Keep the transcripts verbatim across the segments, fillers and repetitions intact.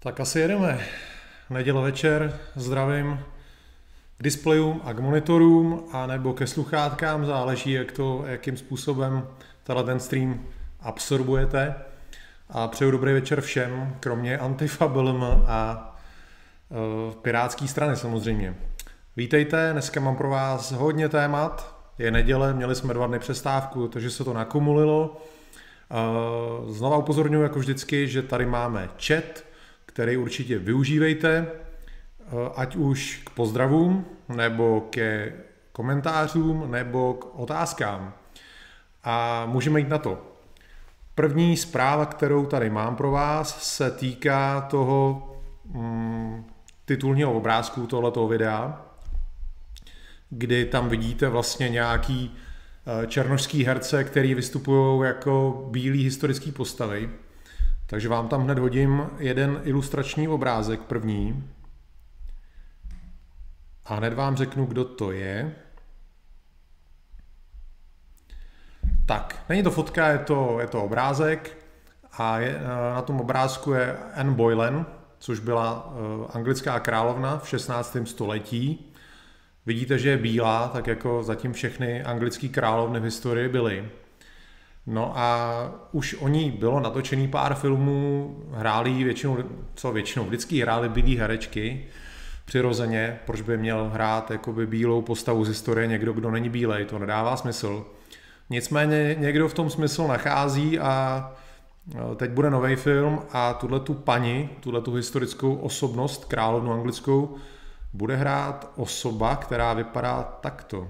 Tak asi jedeme. Neděle večer, zdravím k displejům a k monitorům, anebo ke sluchátkám, záleží, jak to, jakým způsobem tenhle ten stream absorbujete. A přeju dobrý večer všem, kromě Antifa-B L M a uh, Pirátské strany samozřejmě. Vítejte, dneska mám pro vás hodně témat. Je neděle, měli jsme dva dny přestávku, takže se to nakumulilo. Uh, znova upozorňuji jako vždycky, že tady máme chat, který určitě využívejte, ať už k pozdravům, nebo ke komentářům, nebo k otázkám. A můžeme jít na to. První zpráva, kterou tady mám pro vás, se týká toho mm, titulního obrázku tohoto videa, kdy tam vidíte vlastně nějaký černošský herce, který vystupují jako bílý historický postavy. Takže vám tam hned hodím jeden ilustrační obrázek první a hned vám řeknu, kdo to je. Tak, není to fotka, je to, je to obrázek a je, na tom obrázku je Anne Boleyn, což byla anglická královna v šestnáctém století. Vidíte, že je bílá, tak jako zatím všechny anglické královny v historii byly. No a už o ní bylo natočený pár filmů, hráli většinou, co většinou, vždycky hráli bílý herečky, přirozeně, proč by měl hrát jakoby bílou postavu z historie někdo, kdo není bílej, to nedává smysl. Nicméně někdo v tom smysl nachází a teď bude nový film a tuhletu paní, tuhletu historickou osobnost, královnu anglickou, bude hrát osoba, která vypadá takto.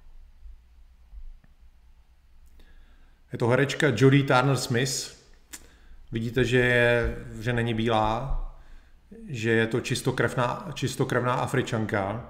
Je to herečka Jodie Turner-Smith. Vidíte, že, je, že není bílá, že je to čistokrevná, čistokrevná Afričanka.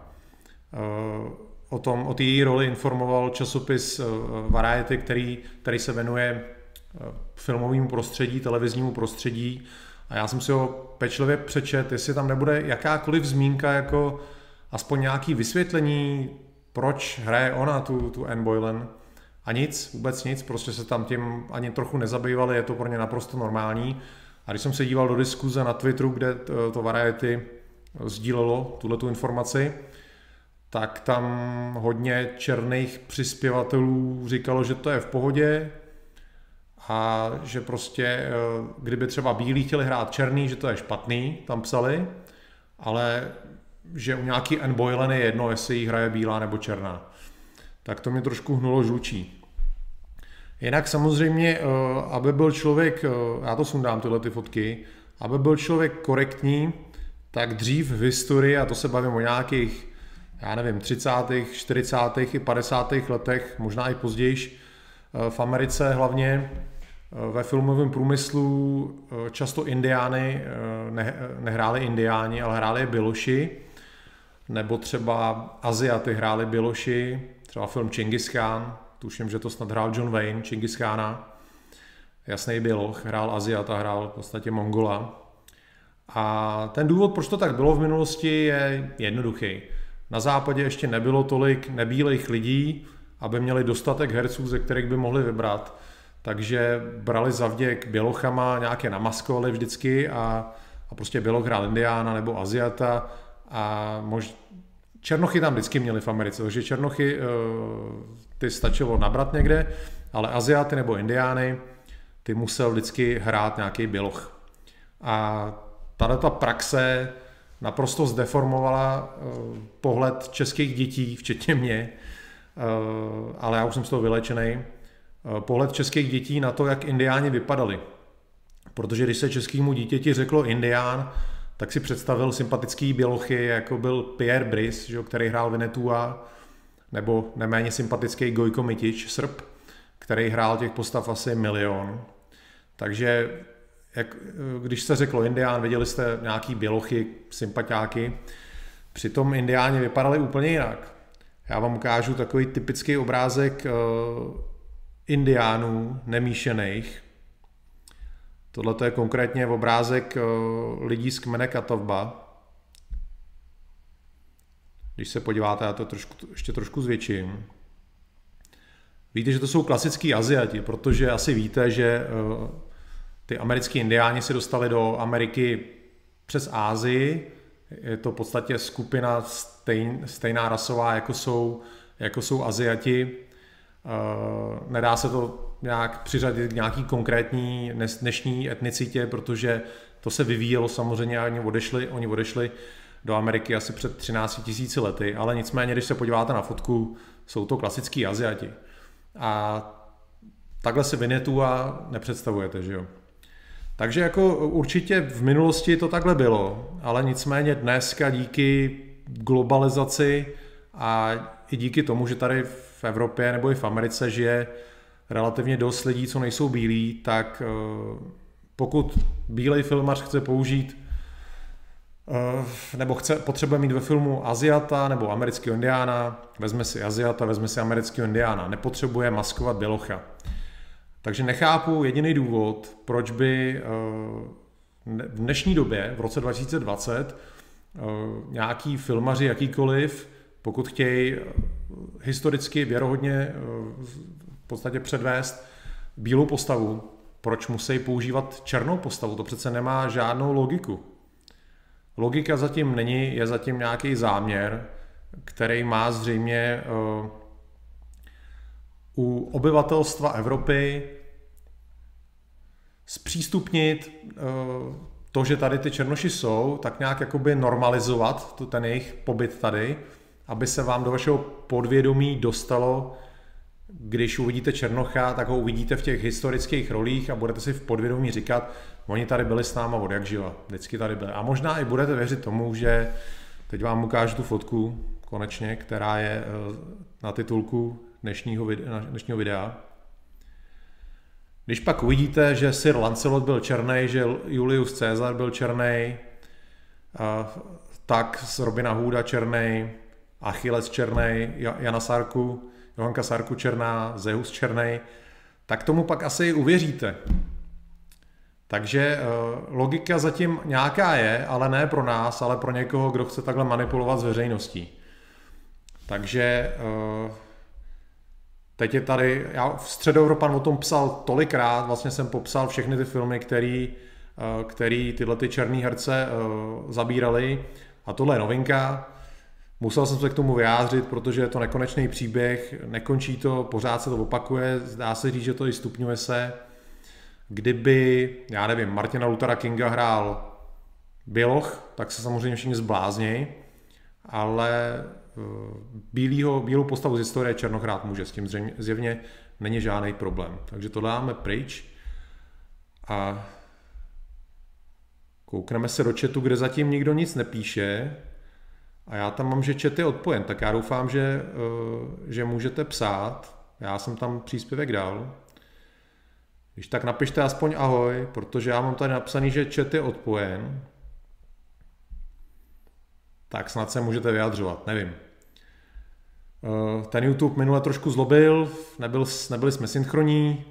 O tom, o té její roli informoval časopis Variety, který, který se věnuje filmovému prostředí, televiznímu prostředí. A já jsem si ho pečlivě přečet, jestli tam nebude jakákoliv zmínka, jako aspoň nějaké vysvětlení, proč hraje ona tu, tu Anne Boleyn. A nic, vůbec nic, prostě se tam tím ani trochu nezabývali, je to pro ně naprosto normální. A když jsem se díval do diskuze na Twitteru, kde to Variety sdílelo tuhletu informaci, tak tam hodně černých přispěvatelů říkalo, že to je v pohodě a že prostě, kdyby třeba bílí chtěli hrát černý, že to je špatný, tam psali, ale že u nějaký Anne Boleyn je jedno, jestli jí hraje bílá nebo černá. Tak to mě trošku hnulo žlučí. Jinak samozřejmě, aby byl člověk, já to sundám tyhle ty fotky, aby byl člověk korektní, tak dřív v historii, a to se bavím o nějakých, já nevím, třicátých, čtyřicátých i padesátých letech, možná i později, v Americe hlavně ve filmovém průmyslu často indiány nehráli indiáni, ale hráli je běloši, nebo třeba Aziaty hráli běloši, třeba film Čingis Khan, tuším, že to snad hrál John Wayne, Čingis Khana, jasný běloch, hrál Aziata, hrál v podstatě Mongola. A ten důvod, proč to tak bylo v minulosti, je jednoduchý. Na západě ještě nebylo tolik nebílejch lidí, aby měli dostatek herců, ze kterých by mohli vybrat. Takže brali zavděk bělochama, nějaké namaskovali vždycky a, a prostě běloch hrál indiána nebo Aziata a mož... Černochy tam vždycky měli v Americe, takže černochy ty stačilo nabrat někde, ale Aziaty nebo indiány, ty musel vždycky hrát nějaký běloch. A tato praxe naprosto zdeformovala pohled českých dětí, včetně mě, ale já už jsem z toho vylečený, pohled českých dětí na to, jak indiáni vypadali. Protože když se českému dítěti řeklo indián, tak si představil sympatický bělochy, jako byl Pierre Brice, že, který hrál Vinetua, nebo neméně sympatický Gojko Mitič, Srb, který hrál těch postav asi milion. Takže jak, když se řeklo indián, viděli jste nějaký bělochy, sympatiáky, přitom indiáni vypadali úplně jinak. Já vám ukážu takový typický obrázek uh, indiánů nemíšených. Tohle je konkrétně obrázek lidí z kmene Catawba. Když se podíváte, já to trošku, ještě trošku zvětším. Víte, že to jsou klasický Aziati, protože asi víte, že ty americký indiáni se dostali do Ameriky přes Asii. Je to v podstatě skupina stejn, stejná rasová, jako jsou, jako jsou Aziati. Nedá se to nějak přiřadit k nějaký konkrétní dnešní etnicitě, protože to se vyvíjelo samozřejmě a oni odešli, oni odešli do Ameriky asi před třinácti tisíci lety, ale nicméně, když se podíváte na fotku, jsou to klasický Aziati. A takhle si Winnetua nepředstavujete, že jo? Takže jako určitě v minulosti to takhle bylo, ale nicméně dneska díky globalizaci a i díky tomu, že tady v Evropě nebo i v Americe žije relativně dost lidí, co nejsou bílí, tak pokud bílej filmař chce použít nebo chce, potřebuje mít ve filmu Aziata nebo amerického indiána, vezme si Aziata, vezme si amerického indiána, nepotřebuje maskovat bělocha. Takže nechápu jediný důvod, proč by v dnešní době, v roce dva tisíce dvacet, nějaký filmaři jakýkoliv, pokud chtějí historicky věrohodně v podstatě předvést bílou postavu, proč musí používat černou postavu? To přece nemá žádnou logiku. Logika zatím není, je zatím nějaký záměr, který má zřejmě u obyvatelstva Evropy zpřístupnit to, že tady ty černoši jsou, tak nějak jakoby normalizovat ten jejich pobyt tady, aby se vám do vašeho podvědomí dostalo, když uvidíte černocha, tak ho uvidíte v těch historických rolích a budete si v podvědomí říkat, oni tady byli s náma od jak živa, vždycky tady byli. A možná i budete věřit tomu, že teď vám ukážu tu fotku konečně, která je na titulku dnešního videa, dnešního videa. Když pak uvidíte, že Sir Lancelot byl černý, že Julius Caesar byl černý, tak z Robina Hooda černý, Achilles černý, Jana Sarku, Johanka Sarku černá, Zeus černý, tak tomu pak asi uvěříte. Takže logika zatím nějaká je, ale ne pro nás, ale pro někoho, kdo chce takhle manipulovat s veřejností. Takže teď je tady, já v Středoevropan o tom psal tolikrát, vlastně jsem popsal všechny ty filmy, který, který tyhle ty černý herce zabírali a tohle je novinka. Musel jsem se k tomu vyjádřit, protože je to nekonečný příběh, nekončí to, pořád se to opakuje, zdá se říct, že to i stupňuje se. Kdyby, já nevím, Martina Luthera Kinga hrál běloch, tak se samozřejmě všichni zbláznějí, ale bílýho, bílou postavu z historie černoch hrát může, s tím zřejmě, zjevně není žádný problém. Takže to dáme pryč a koukneme se do chatu, kde zatím nikdo nic nepíše a já tam mám, že chat je odpojen, tak já doufám, že, že můžete psát, já jsem tam příspěvek dal. Když tak napište aspoň ahoj, protože já mám tady napsaný, že chat je odpojen. Tak snad se můžete vyjadřovat, nevím. Ten YouTube minule trošku zlobil, nebyl, nebyli jsme synchronní.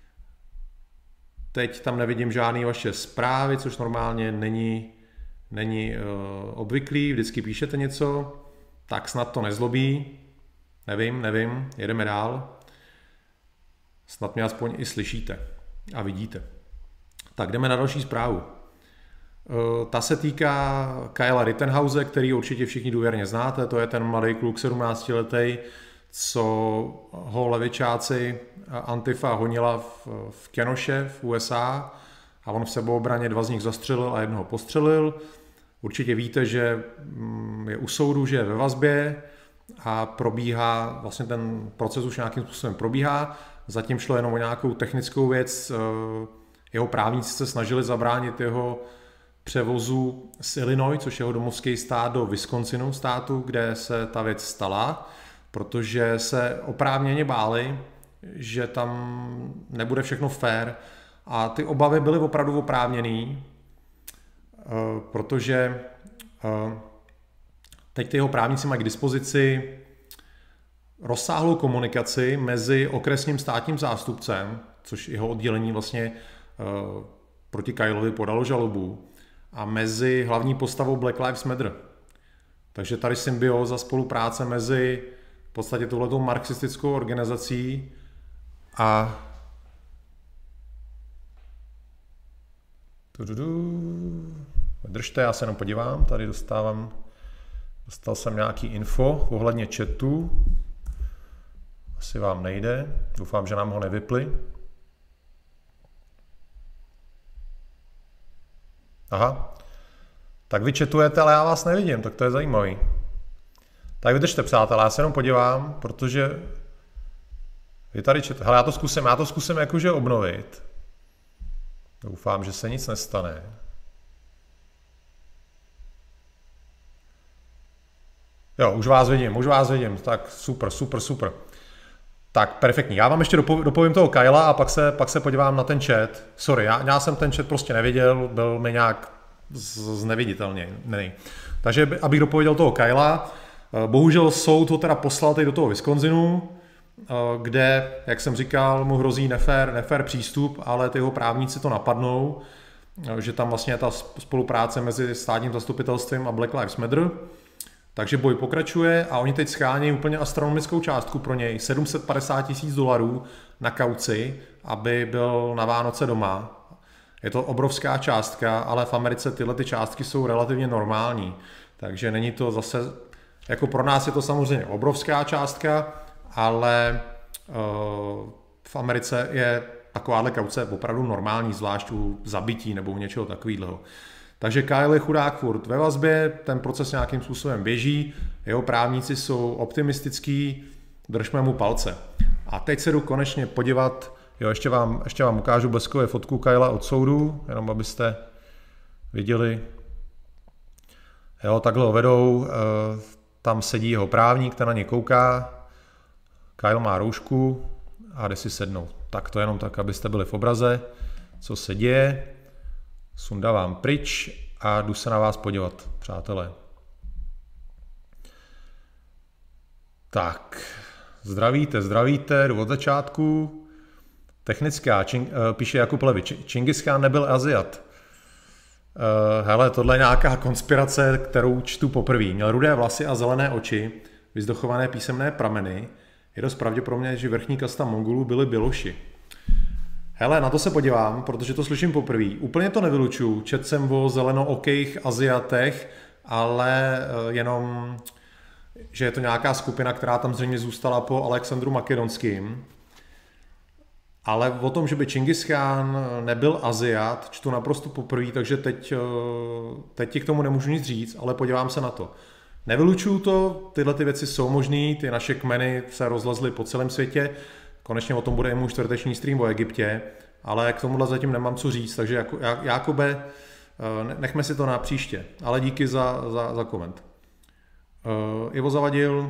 Teď tam nevidím žádné vaše zprávy, což normálně není, není uh, obvyklý, vždycky píšete něco, tak snad to nezlobí. Nevím, nevím, jedeme dál. Snad mě aspoň i slyšíte a vidíte. Tak jdeme na další zprávu. Ta se týká Kylea Rittenhouse, který určitě všichni důvěrně znáte, to je ten mladý kluk sedmnáctiletý, co ho levičáci Antifa honila v, v Kenoshe v U S A a on v sebeobraně dva z nich zastřelil a jednoho postřelil. Určitě víte, že je u soudu, že je ve vazbě a probíhá, vlastně ten proces už nějakým způsobem probíhá. Zatím šlo jenom o nějakou technickou věc, jeho právníci se snažili zabránit jeho převozu z Illinois, což je jeho domovský stát, do Wisconsinu státu, kde se ta věc stala, protože se oprávněně báli, že tam nebude všechno fair a ty obavy byly opravdu oprávněný, protože teď ty jeho právníci mají k dispozici rozsáhlou komunikaci mezi okresním státním zástupcem, což jeho oddělení vlastně proti Kyleovi podalo žalobu, a mezi hlavní postavou Black Lives Matter. Takže tady symbioza spolupráce mezi v podstatě touhletou marxistickou organizací a Držte, já se jenom podívám, tady dostávám, dostal jsem nějaký info ohledně chatu. Asi vám nejde, doufám, že nám ho nevypli. Aha, tak vy chatujete, ale já vás nevidím, tak to je zajímavý. Tak vydržte, přátelé, já se jenom podívám, protože vy tady chatujete. Hele, já to zkusím, já to zkusím jakože obnovit. Doufám, že se nic nestane. Jo, už vás vidím, už vás vidím, tak super, super, super. Tak, perfektní. Já vám ještě dopovím toho Kyla a pak se, pak se podívám na ten chat. Sorry, já, já jsem ten chat prostě neviděl, byl mi nějak zneviditelný. Takže abych dopověděl toho Kyla, bohužel soud ho teda poslal teď do toho Wisconsinu, kde, jak jsem říkal, mu hrozí nefér, nefér přístup, ale ty jeho právníci to napadnou, že tam vlastně je ta spolupráce mezi státním zastupitelstvím a Black Lives Matter. Takže boj pokračuje a oni teď schánějí úplně astronomickou částku pro něj, sedm set padesát tisíc dolarů na kauci, aby byl na Vánoce doma. Je to obrovská částka, ale v Americe tyhle ty částky jsou relativně normální. Takže není to zase, jako pro nás je to samozřejmě obrovská částka, ale uh, v Americe je takováhle kauce opravdu normální, zvlášť u zabití nebo u něčeho takového. Takže Kyle je chudák furt ve vazbě, ten proces nějakým způsobem běží, jeho právníci jsou optimistický, držme mu palce. A teď se jdu konečně podívat, jo, ještě vám, ještě vám ukážu bleskově fotku Kyla od soudu, jenom abyste viděli. Jo, takhle ho vedou, tam sedí jeho právník, ten na ně kouká, Kyle má roušku a jde si sednout. Tak to jenom tak, abyste byli v obraze, co se děje. Sundávám pryč a jdu se na vás podívat, přátelé. Tak, zdravíte, zdravíte, jdu od začátku. Technická, čing, píše Jakub Levy, Čingis Chán nebyl Aziat. Hele, tohle je nějaká konspirace, kterou čtu poprvé. Měl rudé vlasy a zelené oči, vyzdochované písemné prameny. Je dost pravděpodobně, že vrchní kasta Mongolů byli Běloši. Hele, na to se podívám, protože to slyším poprvé. Úplně to nevylučuju. Četl jsem o zelenookých Aziatech, ale jenom, že je to nějaká skupina, která tam zřejmě zůstala po Alexandru Makedonským. Ale o tom, že by Čingis Chán nebyl Aziat, čtu naprosto poprvé, takže teď, teď ti k tomu nemůžu nic říct, ale podívám se na to. Nevylučuju to, tyhle ty věci jsou možný, ty naše kmeny se rozlezly po celém světě. Konečně o tom bude i můj čtvrteční stream o Egyptě, ale k tomuhle zatím nemám co říct, takže Jákobe, nechme si to na příště, ale díky za, za, za koment. Ivo Zavadil,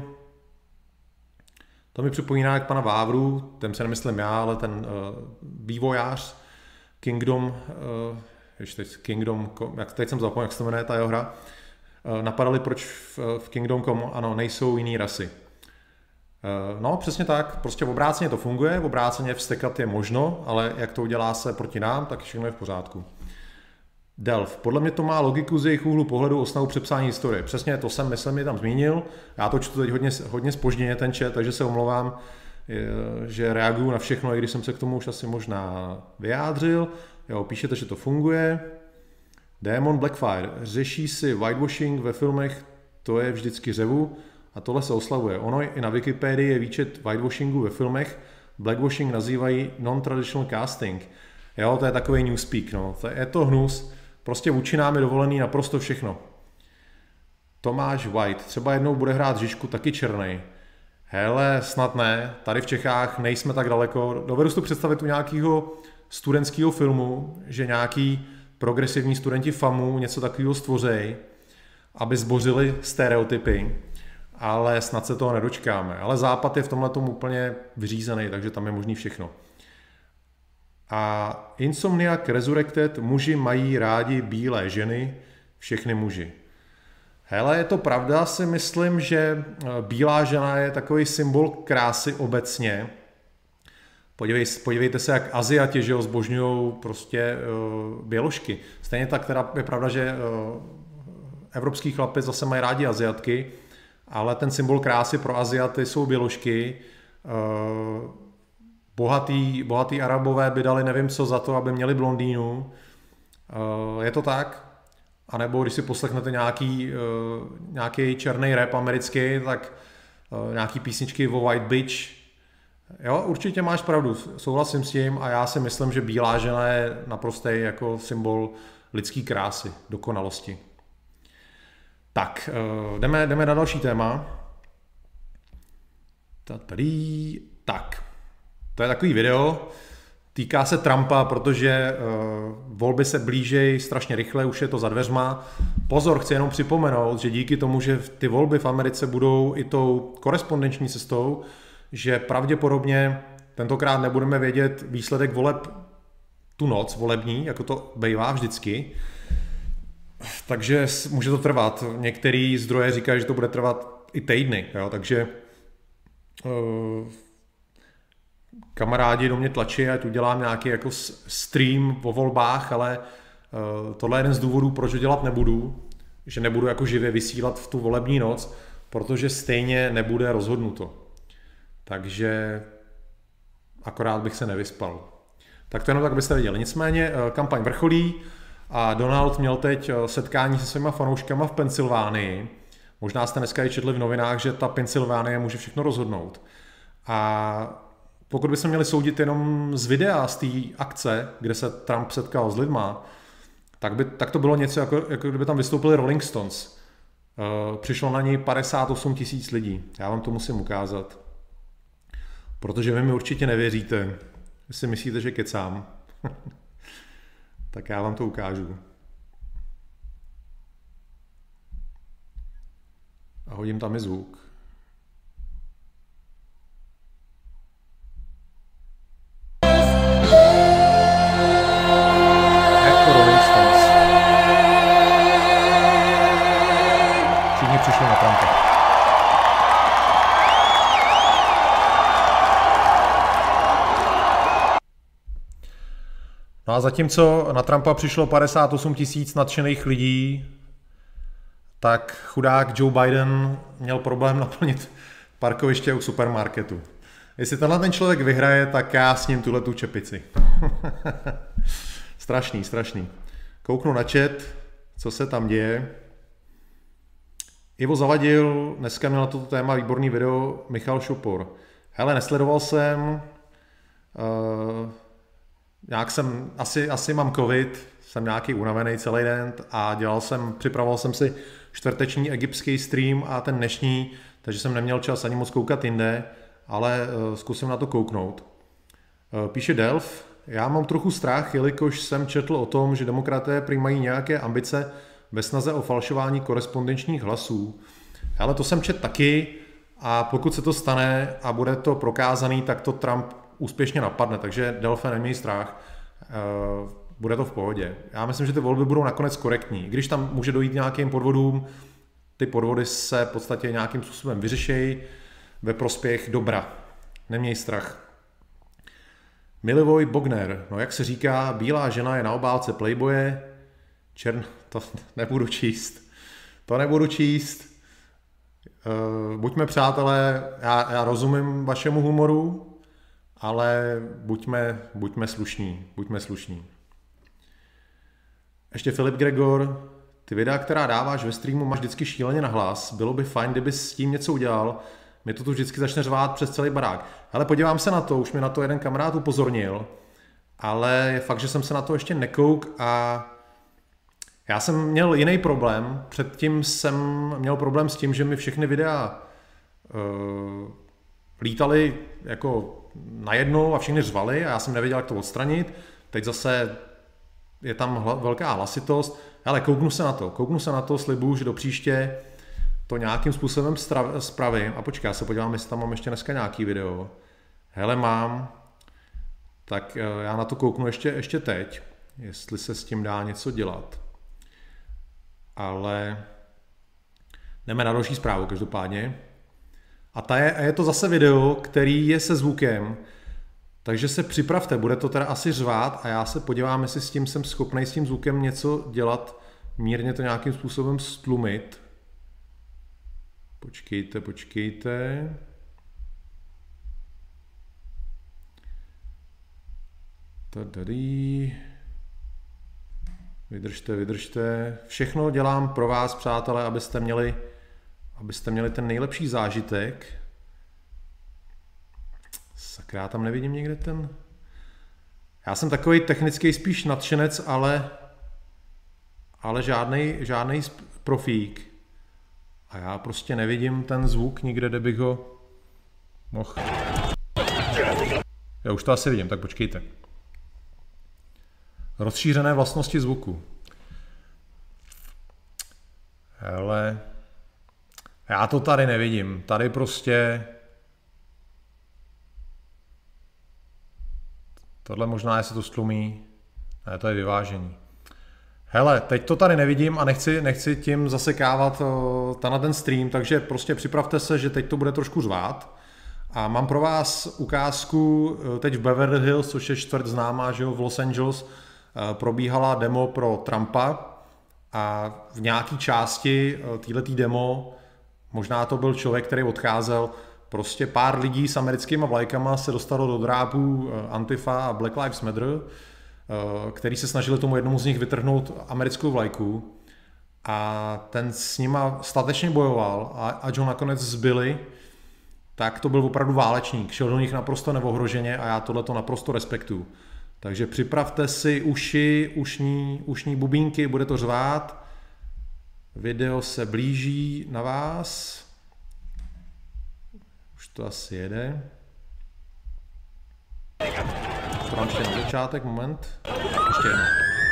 to mi připomíná jak pana Vávru, ten se nemyslím já, ale ten vývojář Kingdom, ještě teď Kingdom, jak teď jsem zapomněl, jak se to jmenuje ta jeho hra, napadali, proč v, v Kingdom Come, ano, nejsou jiný rasy. No, přesně tak, prostě v obráceně to funguje, v obráceně vstekat je možno, ale jak to udělá se proti nám, tak všechno je v pořádku. Delf, podle mě to má logiku z jejich úhlu pohledu o snahu přepsání historie. Přesně to jsem, myslím, je tam zmínil. Já to čtu teď hodně, hodně zpožděně ten chat, takže se omlouvám, že reaguju na všechno, i když jsem se k tomu už asi možná vyjádřil. Jo, píšete, že to funguje. Demon Blackfire, řeší si whitewashing ve filmech, to je vždycky řevu. A tohle se oslavuje. Ono i na Wikipedii je výčet whitewashingu ve filmech. Blackwashing nazývají non-traditional casting. Jo, to je takový newspeak, no. To je to hnus. Prostě vůči nám je dovolený naprosto všechno. Tomáš White. Třeba jednou bude hrát Žižku taky černej. Hele, snad ne. Tady v Čechách nejsme tak daleko. Dovedu si to představit u nějakého studentského filmu, že nějaký progresivní studenti FAMu něco takového stvořejí, aby zbořili stereotypy. Ale snad se toho nedočkáme. Ale Západ je v tomhle tomu úplně vyřízený, takže tam je možný všechno. A Insomniac Resurrected, muži mají rádi bílé ženy, všechny muži. Hele, je to pravda, si myslím, že bílá žena je takový symbol krásy obecně. Podívej, podívejte se, jak Aziati, že jo, zbožňují prostě uh, běložky. Stejně tak teda je pravda, že uh, evropský chlapi zase mají rádi Aziatky, ale ten symbol krásy pro Aziaty jsou běložky. Bohatý, bohatý Arabové by dali nevím co za to, aby měli blondýnu. Je to tak. anebo když si poslechnete nějaký, uh, nějaký černý rap americký, tak uh, nějaký písničky o White Bitch. Jo, určitě máš pravdu, souhlasím s tím a já si myslím, že bílá žena je naprostý jako symbol lidské krásy, dokonalosti. Tak, uh, jdeme, jdeme na další téma. Tady, tak, to je takový video, týká se Trumpa, protože uh, volby se blížejí strašně rychle, už je to za dveřma. Pozor, chci jenom připomenout, že díky tomu, že ty volby v Americe budou i tou korespondenční cestou, že pravděpodobně tentokrát nebudeme vědět výsledek voleb tu noc volební, jako to bývá vždycky. Takže může to trvat. Některé zdroje říkají, že to bude trvat i týdny, jo? Takže uh, kamarádi do mě tlačí, ať udělám nějaký jako stream o volbách, ale uh, tohle je jeden z důvodů, proč ho dělat nebudu, že nebudu jako živě vysílat v tu volební noc, protože stejně nebude rozhodnuto. Takže akorát bych se nevyspal. Tak to jenom tak byste viděli. Nicméně kampaň vrcholí a Donald měl teď setkání se svýma fanouškama v Pensylvánii. Možná jste dneska i četli v novinách, že ta Pensylvánie může všechno rozhodnout. A pokud bychom měli soudit jenom z videa, z té akce, kde se Trump setkal s lidma, tak, by, tak to bylo něco, jako, jako kdyby tam vystoupili Rolling Stones. Přišlo na něj padesát osm tisíc lidí. Já vám to musím ukázat. Protože vy mi určitě nevěříte. Vy si myslíte, že kecám. Tak já vám to ukážu. A hodím tam i zvuk. Jako Rolling Stones. Všichni přišli na Trumpa. No a zatímco na Trumpa přišlo padesát osm tisíc nadšených lidí, tak chudák Joe Biden měl problém naplnit parkoviště u supermarketu. Jestli tenhle ten člověk vyhraje, tak já s ním tuhletu čepici. Strašný, strašný. Kouknu na chat, co se tam děje. Ivo Zavadil, dneska měl na toto téma výborný video Michal Šopor. Hele, nesledoval jsem... Uh, Nějak jsem, asi, asi mám covid, jsem nějaký unavený celý den a dělal jsem, připravoval jsem si čtvrteční egyptský stream a ten dnešní, takže jsem neměl čas ani moc koukat jinde, ale uh, zkusím na to kouknout. Uh, píše Delf, já mám trochu strach, jelikož jsem četl o tom, že demokraté prý mají nějaké ambice ve snaze o falšování korespondenčních hlasů. Ale to jsem četl taky a pokud se to stane a bude to prokázaný, tak to Trump úspěšně napadne, takže Delfe neměj strach, bude to v pohodě. Já myslím, že ty volby budou nakonec korektní. Když tam může dojít nějakým podvodům, ty podvody se v podstatě nějakým způsobem vyřešejí ve prospěch dobra. Neměj strach. Milivoj Bogner, no jak se říká, bílá žena je na obálce Playboye, čern, to nebudu číst. To nebudu číst. Buďme přátelé, já, já rozumím vašemu humoru, ale buďme, buďme slušní, buďme slušní. Ještě Filip Gregor, ty videa, která dáváš ve streamu, máš vždycky šíleně na hlas. Bylo by fajn, kdyby s tím něco udělal. Mě to tu vždycky začne řvát přes celý barák. Ale podívám se na to, už mi na to jeden kamarád upozornil, ale je fakt, že jsem se na to ještě nekouk a já jsem měl jiný problém. Předtím jsem měl problém s tím, že mi všechny videa uh, lítaly jako najednou a všichni řvali a já jsem nevěděl, jak to odstranit. Teď zase je tam hla, velká hlasitost. Ale kouknu se na to, kouknu se na to, slibuju, že do příště to nějakým způsobem spravím. A počkej, já se podívám, jestli tam mám ještě dneska nějaký video. Hele, mám. Tak já na to kouknu ještě, ještě teď, jestli se s tím dá něco dělat. Ale jdeme na další zprávu každopádně. A ta je, je to zase video, který je se zvukem, takže se připravte, bude to teda asi řvát a já se podívám, jestli s tím jsem schopný s tím zvukem něco dělat, mírně to nějakým způsobem stlumit. Počkejte, počkejte. Tady. Vydržte, vydržte. Všechno dělám pro vás, přátelé, abyste měli, abyste měli ten nejlepší zážitek. Sakra, já tam nevidím někde ten... Já jsem takový technický spíš nadšenec, ale, ale žádnej, žádnej profík. A já prostě nevidím ten zvuk nikde, kde bych ho mohl... Já už to asi vidím, tak počkejte. Rozšířené vlastnosti zvuku. Hele, já to tady nevidím. Tady prostě... Tohle možná, jestli to stlumí. Ne, to je vyvážení. Hele, teď to tady nevidím a nechci, nechci tím zasekávat uh, tenhle ten stream, takže prostě připravte se, že teď to bude trošku řvát. A mám pro vás ukázku uh, teď v Beverly Hills, což je čtvrt známá, že jo, v Los Angeles, uh, probíhala demo pro Trumpa a v nějaké části uh, téhletý demo, možná to byl člověk, který odcházel, prostě pár lidí s americkýma vlajkama se dostalo do drápů Antifa a Black Lives Matter, který se snažili tomu jednomu z nich vytrhnout americkou vlajku a ten s nima statečně bojoval a ať ho nakonec zbyli, tak to byl opravdu válečník. Šel do nich naprosto neohroženě a já tohleto naprosto respektuju. Takže připravte si uši, ušní, ušní bubínky, bude to řvát. Video se blíží na vás. Už to asi jede. To mám ještě na začátek, moment. Ještě jedno.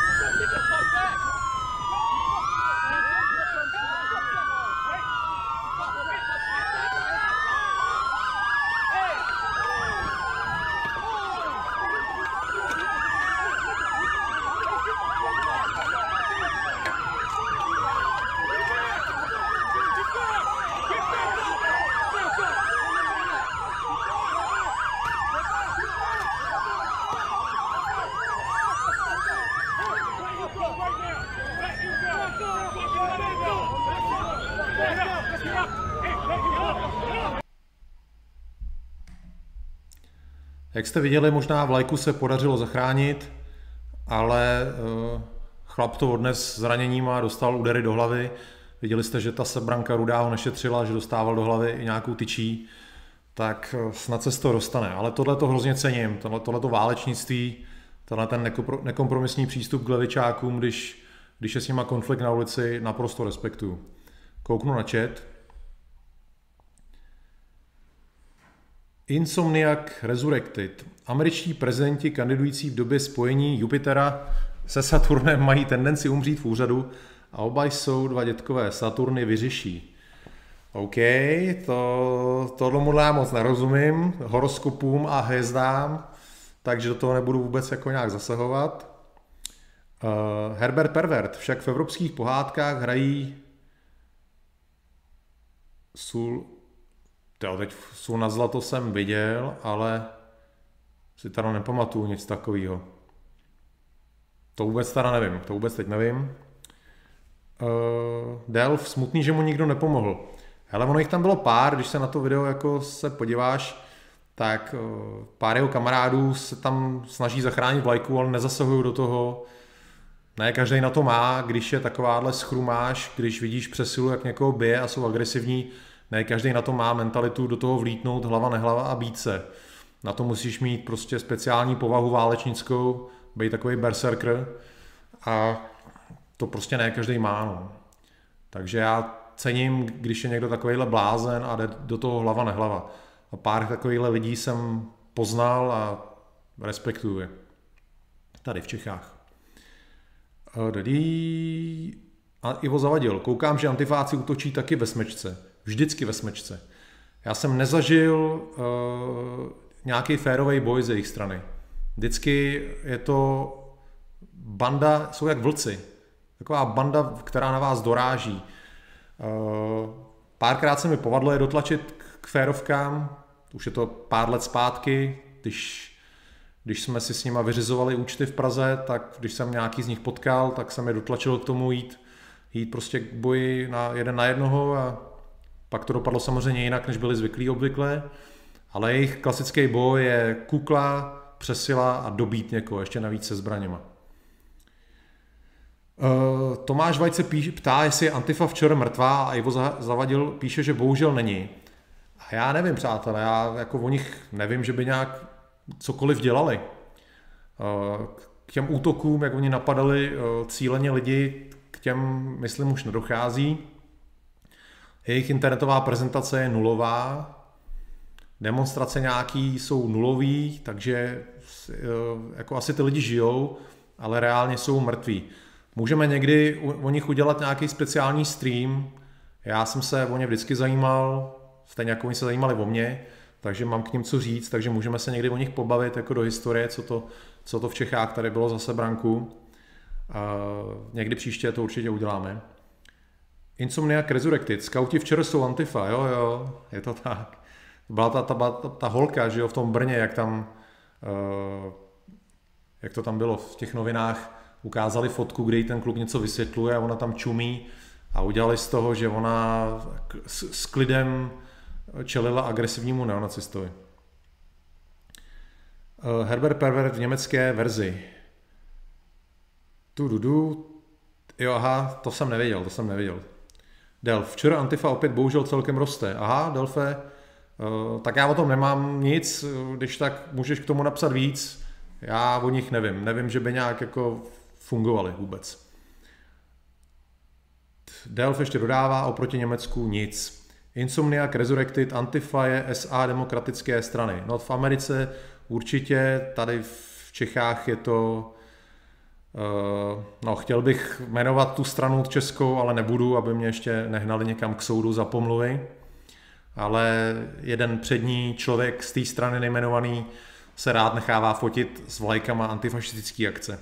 Jak jste viděli, možná vlajku se podařilo zachránit, ale chlap to odnes zraněním a dostal údery do hlavy. Viděli jste, že ta sebranka rudá ho nešetřila, že dostával do hlavy i nějakou tyčí, tak snad se z toho dostane. Ale tohle to hrozně cením, tohle to válečnictví, tenhle ten nekompromisní přístup k levičákům, když, když je s nima konflikt na ulici, naprosto respektuju. Kouknu na chat. Insomniac Resurrected. Američtí prezidenti kandidující v době spojení Jupitera se Saturnem mají tendenci umřít v úřadu a oba jsou dva dětkové. Saturny vyřeší. OK, to, tohle já moc nerozumím, horoskopům a hvězdám, takže do toho nebudu vůbec jako nějak zasahovat. Uh, Herbert Pervert však v evropských pohádkách hrají Sul... Jo, teď Sůl na zlato jsem viděl, ale si tady nepamatuju nic takového. To vůbec teda nevím, to vůbec teď nevím. Uh, Delf, smutný, že mu nikdo nepomohl. Hele, ono jich tam bylo pár, když se na to video jako se podíváš, tak uh, pár jeho kamarádů se tam snaží zachránit vlajku, ale nezasahují do toho. Ne, každý na to má, když je takováhle schrumáš, když vidíš přesilu, jak někoho bije a jsou agresivní, ne, každý na to má mentalitu do toho vlítnout hlava nehlava a bít se. Na to musíš mít prostě speciální povahu válečnickou, být takový berserker a to prostě ne každý má. No. Takže já cením, když je někdo takovýhle blázen a jde do toho hlava nehlava. A pár takovýchhle lidí jsem poznal a respektuju je. Tady v Čechách. A Ivo Zavadil. Koukám, že antifáci útočí taky ve smečce. Vždycky ve smečce. Já jsem nezažil uh, nějaký férový boj z jejich strany. Vždycky je to banda, jsou jak vlci. Taková banda, která na vás doráží. Uh, párkrát se mi povedlo je dotlačit k férovkám. Už je to pár let zpátky, když, když jsme si s nima vyřizovali účty v Praze, tak když jsem nějaký z nich potkal, tak jsem je dotlačil k tomu jít, jít prostě k boji na jeden na jednoho a pak to dopadlo samozřejmě jinak, než byli zvyklí obvykle, ale jejich klasický boj je kukla, přesila a dobít někoho, ještě navíc se zbraněma. Uh, Tomáš Vajce píš, ptá, jestli je Antifa včera mrtvá a Ivo Zavadil píše, že bohužel není. A já nevím, přátelé, já jako o nich nevím, že by nějak cokoliv dělali. Uh, k těm útokům, jak oni napadali uh, cíleně lidi, k těm, myslím, už nedochází. Jejich internetová prezentace je nulová, demonstrace nějaký jsou nulový, takže uh, jako asi ty lidi žijou, ale reálně jsou mrtví. Můžeme někdy o nich udělat nějaký speciální stream. Já jsem se o ně vždycky zajímal, stejně jako oni se zajímali o mě, takže mám k nim co říct, takže můžeme se někdy o nich pobavit jako do historie, co to, co to v Čechách tady bylo zase branku. A někdy příště to určitě uděláme. Insomniac Resurrected. Skauti včera jsou Antifa, jo, jo, je to tak. Byla ta, ta, ta, ta holka, že jo, v tom Brně, jak tam, uh, jak to tam bylo v těch novinách, ukázali fotku, kde jí ten kluk něco vysvětluje a ona tam čumí a udělali z toho, že ona s, s klidem čelila agresivnímu neonacistovi. Uh, Herbert Pervert v německé verzi. Tu du, du. Jo, aha, to jsem nevěděl, to jsem nevěděl. Delf, včera Antifa opět bohužel celkem roste. Aha, Delfe, uh, tak já o tom nemám nic, když tak můžeš k tomu napsat víc. Já o nich nevím, nevím, že by nějak jako fungovali vůbec. Delf ještě dodává, oproti Německu nic. Insomniac Resurrected, Antifa je S A demokratické strany. No v Americe určitě, tady v Čechách je to... Uh, no chtěl bych jmenovat tu stranu českou, ale nebudu, aby mě ještě nehnali někam k soudu za pomluvy. Ale jeden přední člověk z té strany nejmenovaný se rád nechává fotit s vlajkama antifašistické akce.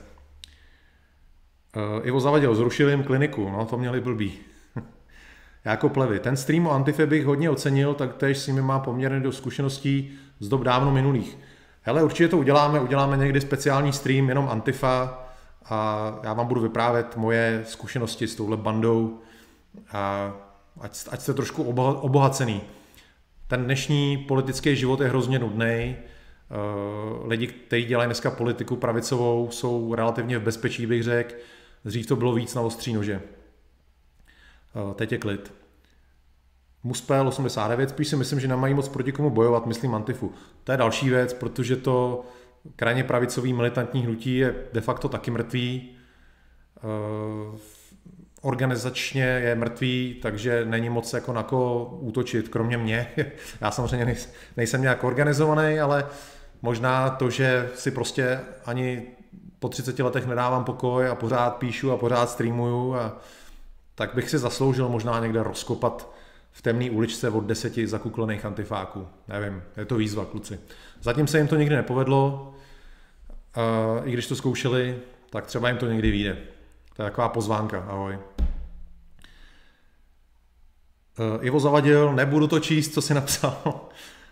Uh, Ivo Zavadil, zrušil jim kliniku, no to měli blbý. Jako plevy. Ten stream o Antife bych hodně ocenil, tak též s nimi má poměrně do zkušeností z dob dávno minulých. Hele, určitě to uděláme, uděláme někdy speciální stream, jenom Antifa a já vám budu vyprávět moje zkušenosti s touhle bandou a ať, ať jste trošku obohacený. Ten dnešní politický život je hrozně nudný. Lidi, kteří dělají dneska politiku pravicovou, jsou relativně v bezpečí, bych řekl. Dřív to bylo víc na ostří nože. Teď je klid. Muspel osmdesát devět, spíš si myslím, že nemají moc proti komu bojovat, myslím Antifu. To je další věc, protože to krajně pravicový militantní hnutí je de facto taky mrtvý. Organizačně je mrtvý, takže není moc jako na koho útočit, kromě mě. Já samozřejmě nejsem nějak organizovaný, ale možná to, že si prostě ani po třiceti letech nedávám pokoj a pořád píšu a pořád streamuju, a tak bych si zasloužil možná někde rozkopat v temné uličce od deseti zakuklených antifáků. Nevím, je to výzva, kluci. Zatím se jim to nikdy nepovedlo, i když to zkoušeli, tak třeba jim to někdy vyjde. To je taková pozvánka, ahoj. Ivo Zavadil, nebudu to číst, co si napsal.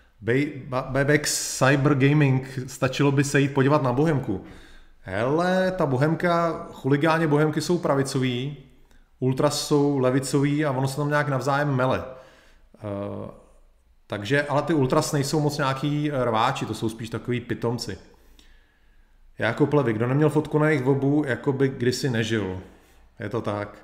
Bebex Cyber Gaming, stačilo by se jít podívat na Bohemku. Hele, ta Bohemka, chuligáni Bohemky jsou pravicový, Ultras jsou levicový a ono se tam nějak navzájem mele. Uh, takže, ale ty Ultras nejsou moc nějaký rváči, to jsou spíš takový pitomci. Jako plevy, kdo neměl fotku na jejich webu, jako by kdysi nežil. Je to tak.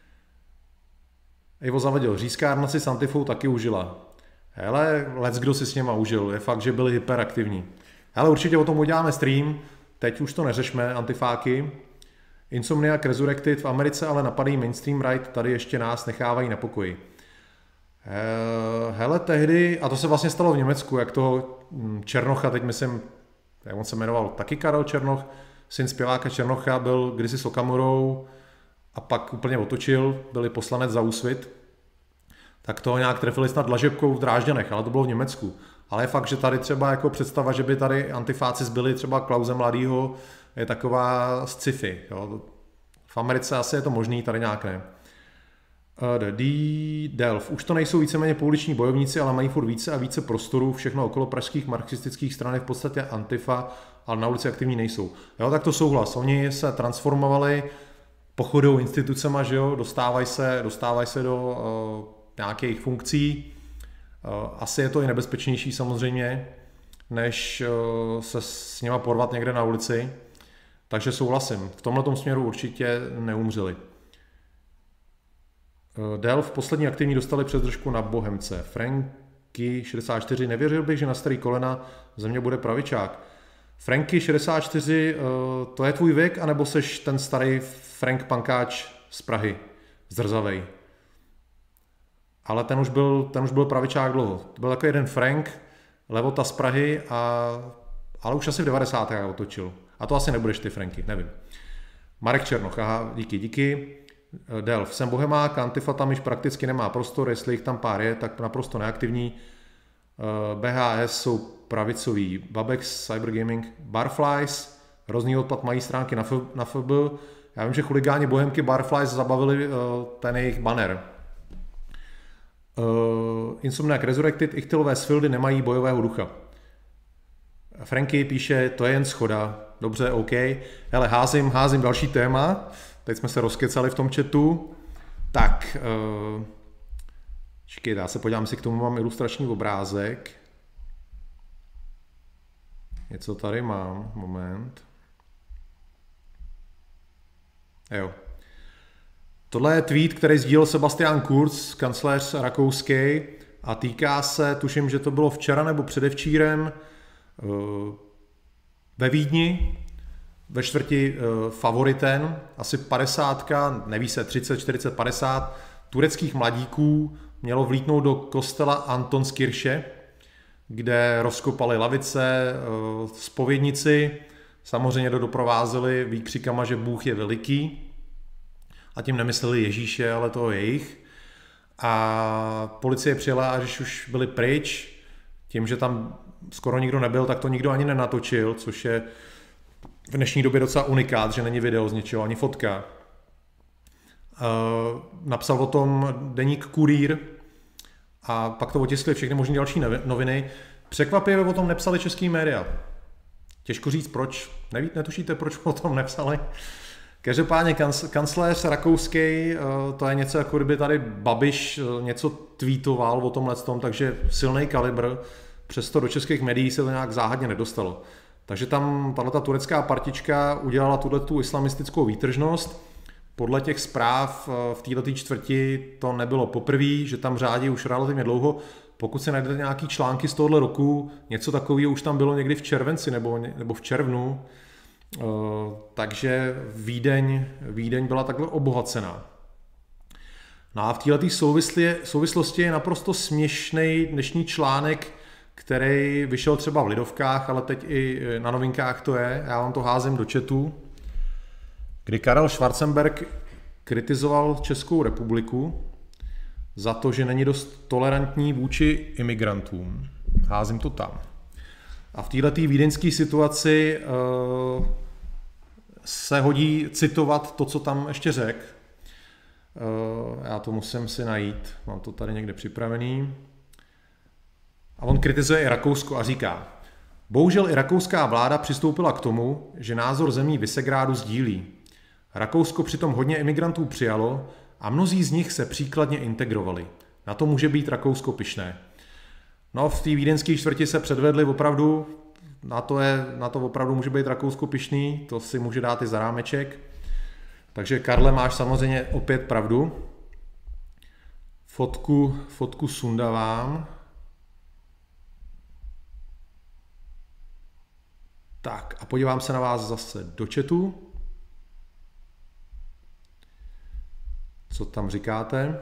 Ivo Zavadil, řízkárna si s Antifou taky užila. Hele, lec kdo si s něma užil, je fakt, že byli hyperaktivní. Hele, určitě o tom uděláme stream, teď už to neřešme, antifáky. Insomniac Resurrected v Americe ale napadají mainstream right, tady ještě nás nechávají na pokoji. Hele, tehdy, a to se vlastně stalo v Německu, jak toho Černocha, teď myslím, jak on se jmenoval, taky Karel Černoch, syn zpěváka Černocha, byl kdysi s Okamurou a pak úplně otočil, byli poslanec za Úsvit, tak toho nějak trefili snad dlažebkou v Drážďanech, ale to bylo v Německu. Ale je fakt, že tady třeba jako představa, že by tady antifáci zbyli třeba Klause mladýho, je taková sci-fi. Jo. V Americe asi je to možný, tady nějak ne. Uh, D. Delf. Už to nejsou víceméně pouliční bojovníci, ale mají furt více a více prostoru, všechno okolo pražských marxistických stran je v podstatě antifa, ale na ulici aktivní nejsou. Jo, tak to souhlas. Oni se transformovali pochodou institucema, že jo, dostávají se, dostávají se do uh, nějakých funkcí. Uh, asi je to i nebezpečnější samozřejmě, než uh, se s nima porvat někde na ulici. Takže souhlasím, v tomhletom směru určitě neumřeli. Del v poslední aktivní dostali přes držku na Bohemce. Franky šedesát čtyři, nevěřil bych, že na starý kolena země bude pravičák. Franky šedesát čtyři, to je tvůj věk, anebo seš ten starý Frank Pankáč z Prahy, zrzavej. Ale ten už byl, ten už byl pravičák dlouho. To byl takový jeden Frank, levota z Prahy, a, ale už asi v devadesátých otočil. A to asi nebudeš ty, Franky, nevím. Marek Černoch, aha, díky, díky. Delf, jsem bohemák, Antifa tam již prakticky nemá prostor, jestli jich tam pár je, tak naprosto neaktivní. B H S jsou pravicoví, Babex, Cybergaming, Barflies, hrozný odpad, mají stránky na, F, na F B. Já vím, že chuligáni Bohemky Barflies zabavili uh, ten jejich banner. Uh, Insomniac Resurrected, Ichtylové z Fildy nemají bojového ducha. Franky píše, to je jen schoda. Dobře, OK. Hele, házím, házím další téma. Teď jsme se rozkecali v tom chatu. Tak, uh, čekej, já se podívám, si k tomu mám ilustrační obrázek. Něco tady mám, moment. Jo. Tohle je tweet, který sdílel Sebastian Kurz, kancléř rakouský, a týká se, tuším, že to bylo včera nebo předevčírem, ve Vídni, ve čtvrti Favoriten, asi padesátka, neví se, třicet, čtyřicet, padesát tureckých mladíků mělo vlítnout do kostela Antonskirche, kde rozkopali lavice, zpovědnici, samozřejmě to doprovázeli výkřikama, že Bůh je veliký, a tím nemysleli Ježíše, ale toho jejich. A policie přijela, a když už byli pryč, tím, že tam skoro nikdo nebyl, tak to nikdo ani nenatočil, což je v dnešní době docela unikát, že není video z ničeho, ani fotka. Uh, napsal o tom deník Kurýr a pak to otiskli všechny možné další noviny. Překvapivě o tom nepsali český média. Těžko říct proč, neví, netušíte, proč o tom nepsali? Každopádně kancléř rakouský, to je něco, jako kdyby tady Babiš něco tweetoval o tomhle tom, takže silný kalibr, přesto do českých médií se to nějak záhadně nedostalo. Takže tam tato turecká partička udělala tuhletu islamistickou výtržnost. Podle těch zpráv v této čtvrti to nebylo poprvé, že tam řádí už relativně dlouho. Pokud si najdete nějaký články z tohohle roku, něco takového už tam bylo někdy v červenci nebo, nebo v červnu, Uh, takže Vídeň, Vídeň byla takhle obohacená. No a v této souvislosti je naprosto směšný dnešní článek, který vyšel třeba v Lidovkách, ale teď i na Novinkách to je, já vám to házím do chatu, kdy Karel Schwarzenberg kritizoval Českou republiku za to, že není dost tolerantní vůči imigrantům. Házím to tam. A v této vídeňské situaci uh, se hodí citovat to, co tam ještě řekl. Uh, já to musím si najít, mám to tady někde připravený. A on kritizuje i Rakousko a říká, bohužel i rakouská vláda přistoupila k tomu, že názor zemí Visegrádu sdílí. Rakousko přitom hodně imigrantů přijalo a mnozí z nich se příkladně integrovali. Na to může být Rakousko pyšné. No, v té vídeňské čtvrti se předvedli opravdu, na to, je, na to opravdu může být Rakousko pyšný, to si může dát i za rámeček. Takže Karle, máš samozřejmě opět pravdu. Fotku, fotku sundavám. Tak a podívám se na vás zase do chatu. Co tam říkáte?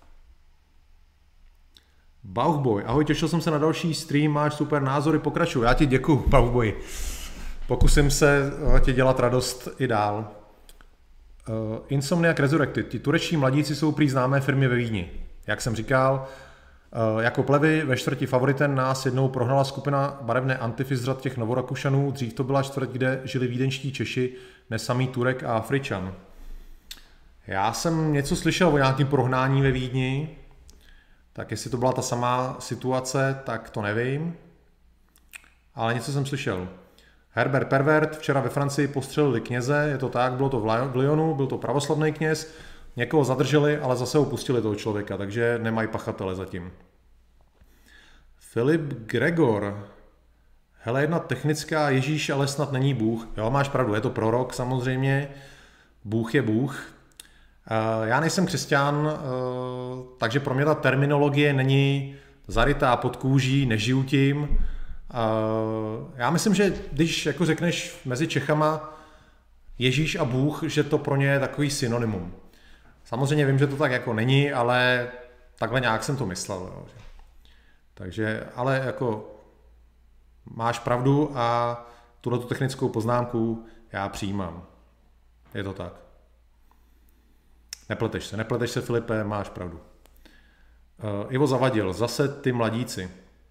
Bauchboy, ahoj, těšil jsem se na další stream, máš super názory, pokračuj. Já ti děkuju, Bauchboy. Pokusím se ti dělat radost i dál. Uh, Insomniac Resurrected, ti turečtí mladíci jsou prý známé firmy ve Vídni. Jak jsem říkal, uh, jako plevy ve čtvrti Favoriten nás jednou prohnala skupina barevné Antify z řad těch Novorakušanů, dřív to byla čtvrť, kde žili vídeňští Češi, nesamý Turek a Afričan. Já jsem něco slyšel o nějakém prohnání ve Vídni, tak jestli to byla ta samá situace, tak to nevím. Ale něco jsem slyšel. Herbert Pervert včera ve Francii postřelili kněze, je to tak, bylo to v Lyonu, byl to pravoslavný kněz, někoho zadrželi, ale zase opustili toho člověka, takže nemají pachatele zatím. Filip Gregor. Hele, jedna technická, Ježíš ale snad není Bůh. Jo, máš pravdu, je to prorok samozřejmě, Bůh je Bůh. Já nejsem křesťan, takže pro mě ta terminologie není zarytá pod kůží, nežiju tím. Já myslím, že když jako řekneš mezi Čechama Ježíš a Bůh, že to pro ně je takový synonymum. Samozřejmě vím, že to tak jako není, ale takhle nějak jsem to myslel. Jo. Takže, ale jako máš pravdu a tuhletu technickou poznámku já přijímám. Je to tak. Nepleteš se, nepleteš se, Filipe, máš pravdu. Uh, Ivo Zavadil, zase ty mladíci.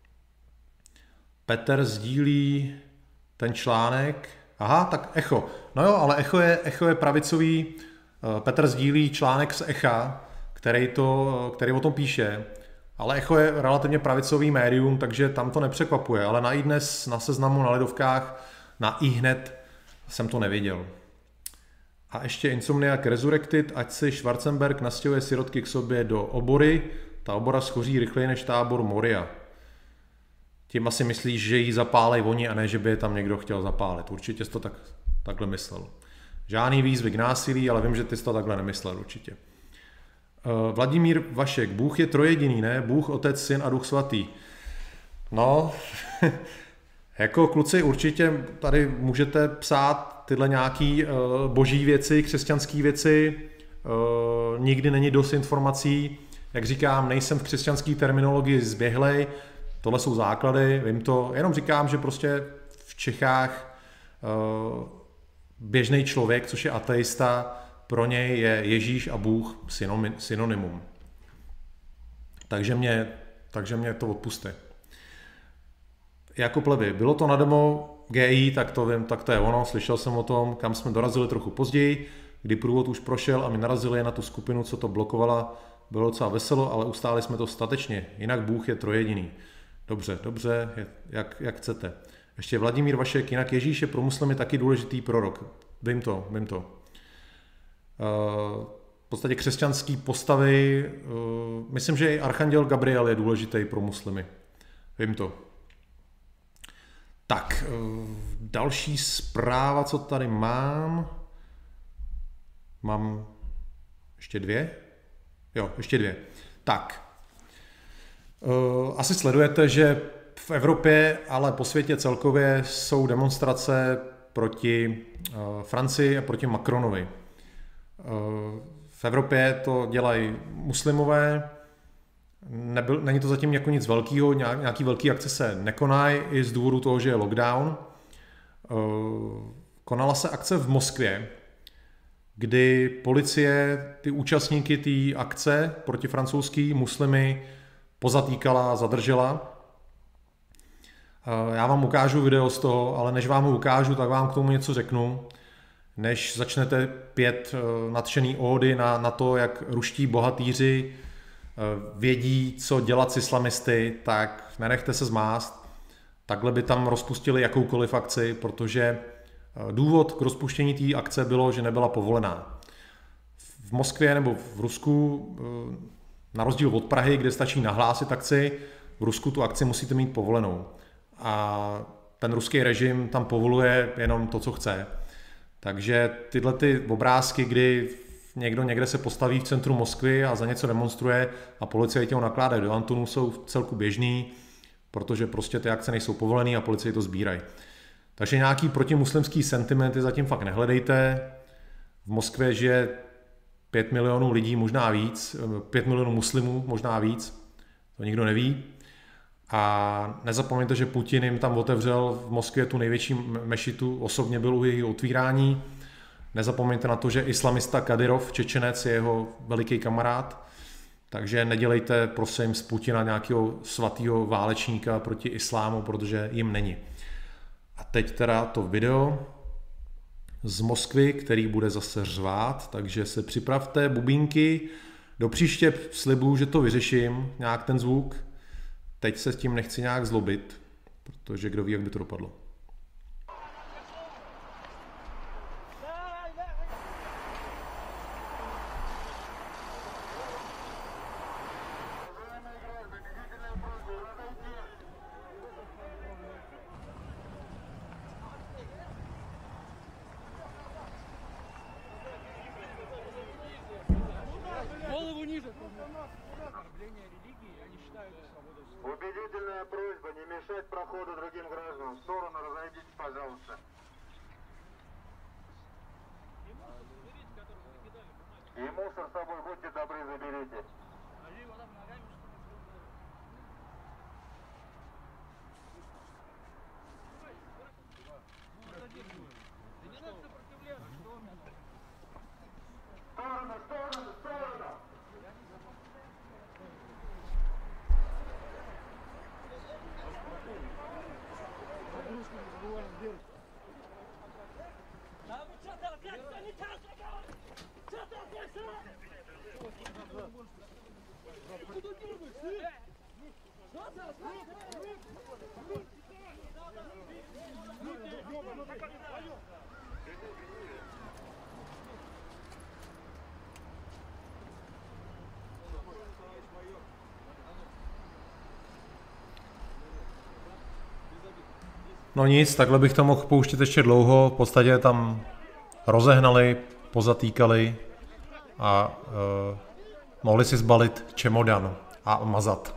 Petr sdílí ten článek. Aha, tak Echo. No jo, ale Echo je, Echo je pravicový. Uh, Petr sdílí článek z Echa, který, to, který o tom píše. Ale Echo je relativně pravicový médium, takže tam to nepřekvapuje. Ale na iDnes, na Seznamu, na Lidovkách, na iHned jsem to neviděl. A ještě Insomniac Resurrected, ať si Schwarzenberg nastěhuje sirotky k sobě do obory, ta obora schoří rychleji než tábor Moria. Tím asi myslíš, že ji zapálej oni a ne, že by je tam někdo chtěl zapálit. Určitě jsi to tak, takhle myslel. Žádný výzvy k násilí, ale vím, že ty jsi to takhle nemyslel určitě. Uh, Vladimír Vašek, Bůh je trojediný, ne? Bůh, Otec, Syn a Duch Svatý. No, jako kluci určitě tady můžete psát tyhle nějaký uh, boží věci, křesťanské věci. Uh, nikdy není dost informací. Jak říkám, nejsem v křesťanské terminologii zběhlej. Tohle jsou základy, vím to. Jenom říkám, že prostě v Čechách uh, běžný člověk, což je ateista, pro něj je Ježíš a Bůh synonymum. Takže mě, takže mě to odpuste. Jakub Levy, bylo to na demo G I, tak to vím, tak to je ono, slyšel jsem o tom, kam jsme dorazili trochu později, kdy průvod už prošel a my narazili na tu skupinu, co to blokovala, bylo docela veselo, ale ustáli jsme to statečně, jinak Bůh je trojediný. Dobře, dobře, jak, jak chcete. Ještě Vladimír Vašek, jinak Ježíš je pro muslimy taky důležitý prorok. Vím to, vím to. V podstatě křesťanský postavy, myslím, že i archanděl Gabriel je důležitý pro muslimy. Vím to. Tak, další zpráva, co tady mám. Mám ještě dvě? Jo, ještě dvě. Tak, asi sledujete, že v Evropě, ale po světě celkově jsou demonstrace proti Francii a proti Macronovi. V Evropě to dělají muslimové, nebyl, není to zatím jako nic velkého, nějaký velký akce se nekonají i z důvodu toho, že je lockdown. Konala se akce v Moskvě, kdy policie ty účastníky té akce proti francouzský muslimy pozatýkala, zadržela. Já vám ukážu video z toho, ale než vám ho ukážu, tak vám k tomu něco řeknu. Než začnete pět nadšený ódy na, na to, jak ruští bohatýři vědí, co dělat s islamisty, tak nenechte se zmást. Takhle by tam rozpustili jakoukoliv akci, protože důvod k rozpuštění té akce bylo, že nebyla povolená. V Moskvě nebo v Rusku, na rozdíl od Prahy, kde stačí nahlásit akci, v Rusku tu akci musíte mít povolenou. A ten ruský režim tam povoluje jenom to, co chce. Takže tyhle ty obrázky, kdy někdo někde se postaví v centru Moskvy a za něco demonstruje a policajti ho nakládají do Antonu, jsou v celku běžný, protože prostě ty akce nejsou povolený a policajti to sbírají. Takže nějaký protimuslimský sentimenty zatím fakt nehledejte. V Moskvě žije pět milionů lidí, možná víc, pět milionů muslimů, možná víc, to nikdo neví. A nezapomeňte, že Putin jim tam otevřel v Moskvě tu největší mešitu, osobně byl u jejího otvírání. Nezapomeňte na to, že islamista Kadyrov, Čečenec, je jeho veliký kamarád. Takže nedělejte, prosím, z Putina nějakého svatého válečníka proti islámu, protože jim není. A teď teda to video z Moskvy, který bude zase řvát, takže se připravte, bubínky. Do příště slibuju, že to vyřeším, nějak ten zvuk. Teď se s tím nechci nějak zlobit, protože kdo ví, jak by to dopadlo. прохода другим гражданам. В сторону разойдитесь, пожалуйста. И мусор с собой, будьте добры, заберите. Сторону, сторону, сторону! No nic, takhle bych to mohl pouštět ještě dlouho, v podstatě tam rozehnali, pozatýkali a uh, mohli si zbalit čemodan a mazat.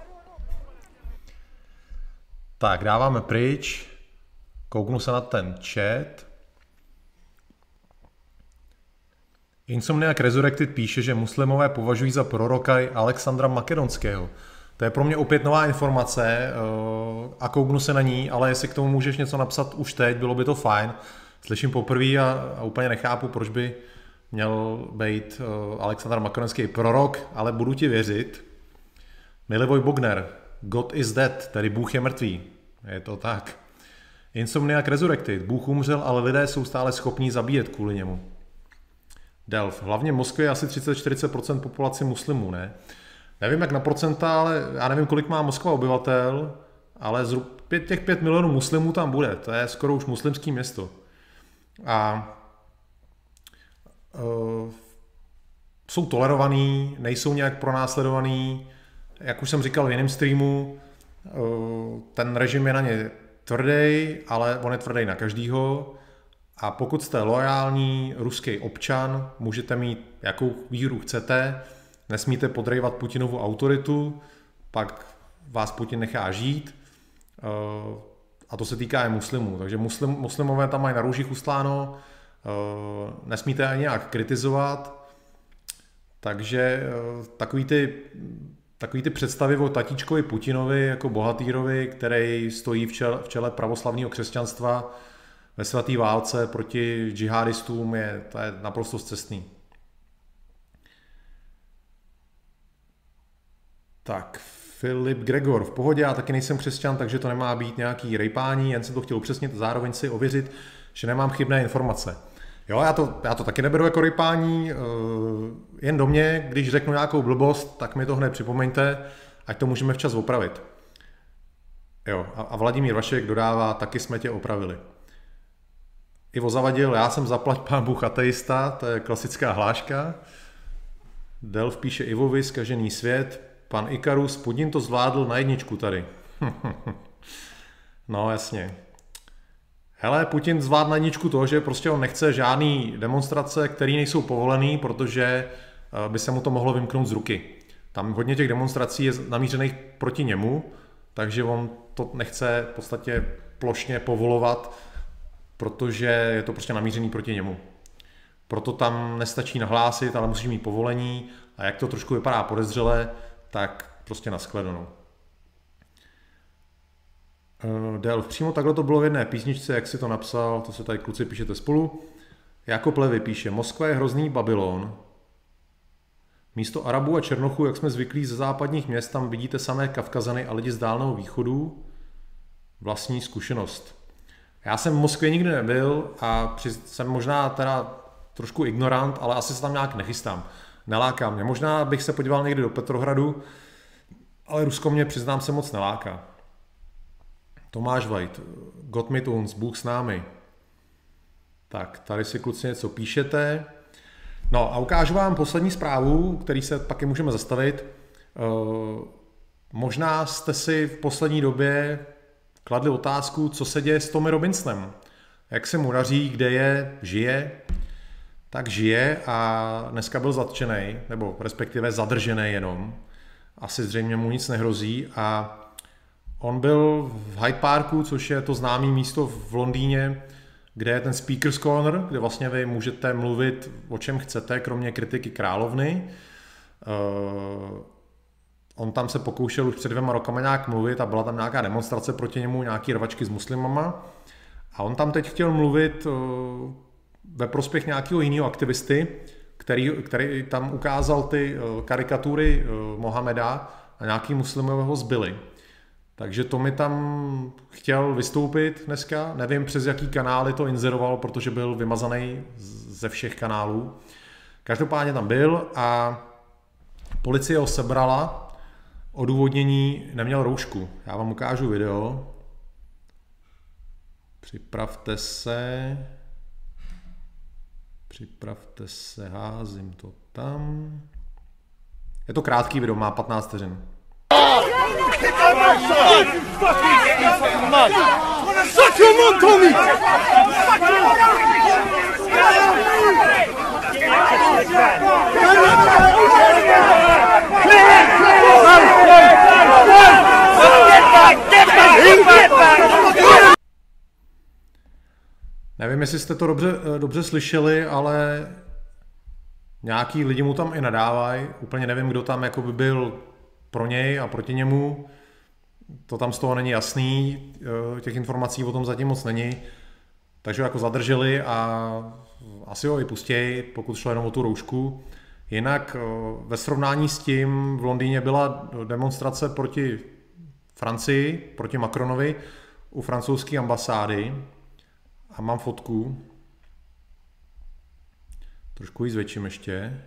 Tak, dáváme pryč, kouknu se na ten chat. Insomniac Resurrected píše, že muslimové považují za proroka Alexandra Makedonského. To je pro mě opět nová informace a kouknu se na ní, ale jestli k tomu můžeš něco napsat už teď, bylo by to fajn. Slyším poprvé a, a úplně nechápu, proč by měl být Alexandr Makedonský prorok, ale budu ti věřit. Milivoj Bogner, God is dead, tedy Bůh je mrtvý. Je to tak. Insomniac Resurrected, Bůh umřel, ale lidé jsou stále schopní zabíjet kvůli němu. Delf, hlavně v Moskvě je asi třicet až čtyřicet procent populace muslimů, ne? Nevím jak na procenta, ale já nevím, kolik má Moskva obyvatel, ale zhruba těch pět milionů muslimů tam bude. To je skoro už muslimské město. A uh, jsou tolerovaný, nejsou nějak pronásledovaný. Jak už jsem říkal v jiném streamu, uh, ten režim je na ně tvrdý, ale on je tvrdý na každýho. A pokud jste loajální ruský občan, můžete mít jakou víru chcete, nesmíte podrývat Putinovu autoritu, pak vás Putin nechá žít. A to se týká i muslimů. Takže muslim, muslimové tam mají na růžích ustláno, nesmíte ani nějak kritizovat. Takže takový ty, takový ty představy o tatíčkovi Putinovi jako bohatýrovi, který stojí v čele, v čele pravoslavného křesťanstva ve svaté válce proti džihadistům, je, to je naprosto scestný. Tak, Filip Gregor, v pohodě, já taky nejsem křesťan, takže to nemá být nějaký rejpání, jen jsem to chtěl upřesnit, zároveň si ověřit, že nemám chybné informace. Jo, já to, já to taky neberu jako rejpání, jen do mě, když řeknu nějakou blbost, tak mi to hned připomeňte, ať to můžeme včas opravit. Jo, a Vladimír Vašek dodává, taky jsme tě opravili. Ivo Zavadil, já jsem zaplať pán Bůh ateista, to je klasická hláška. Delf píše Ivovi, zkažený svět. Pan Ikarus, Putin to zvládl na jedničku tady. No jasně. Hele, Putin zvládl na jedničku to, že prostě on nechce žádný demonstrace, které nejsou povolený, protože by se mu to mohlo vymknout z ruky. Tam hodně těch demonstrací je namířených proti němu, takže on to nechce v podstatě plošně povolovat, protože je to prostě namířený proti němu. Proto tam nestačí nahlásit, ale musíš mít povolení a jak to trošku vypadá podezřele, tak prostě na shledanou. Delf, přímo takhle to bylo v jedné písničce, jak si to napsal, to se tady kluci píšete spolu. Jakob Levy píše, Moskva je hrozný Babylon. Místo Arabů a Černochů, jak jsme zvyklí ze západních měst, tam vidíte samé Kavkazany a lidi z Dálného východu. Vlastní zkušenost. Já jsem v Moskvě nikdy nebyl a jsem možná teda trošku ignorant, ale asi se tam nějak nechystám. Neláká mě. Možná bych se podíval někdy do Petrohradu, ale Rusko mě, přiznám se, moc neláká. Tomáš Vajt, Gott mit uns, Bůh s námi. Tak, tady si kluci něco píšete. No a ukážu vám poslední zprávu, který se taky můžeme zastavit. Možná jste si v poslední době kladli otázku, co se děje s Tommy Robinsonem. Jak se mu daří, kde je, žije. Tak žije a dneska byl zatčený, nebo respektive zadržený jenom. Asi zřejmě mu nic nehrozí a On byl v Hyde Parku, což je to známé místo v Londýně, kde je ten Speaker's Corner, kde vlastně vy můžete mluvit o čem chcete, kromě kritiky královny. Uh, on tam se pokoušel už před dvěma rokama nějak mluvit a byla tam nějaká demonstrace proti němu, nějaký rvačky s muslimama. A on tam teď chtěl mluvit uh, ve prospěch nějakého jiného aktivisty, který, který tam ukázal ty uh, karikatury uh, Mohameda a nějaký muslimové ho zbyli. Takže to mi tam chtěl vystoupit dneska, nevím přes jaký kanály to inzeroval, protože byl vymazaný ze všech kanálů. Každopádně tam byl a policie ho sebrala, odůvodnění neměl roušku. Já vám ukážu video. Připravte se. Připravte se, házím to tam. Je to krátký video, má patnáct vteřin. Suck your mom, Tommy! Nevím, jestli jste to dobře, dobře slyšeli, ale nějaký lidi mu tam i nadávají. Úplně nevím, kdo tam jako by byl pro něj a proti němu. To tam z toho není jasný, těch informací o tom zatím moc není. Takže ho jako zadrželi a asi ho i pustějí, pokud šlo jenom o tu roušku. Jinak ve srovnání s tím v Londýně byla demonstrace proti Francii, proti Macronovi u francouzské ambasády. A mám fotku. Trošku ji zvětším ještě.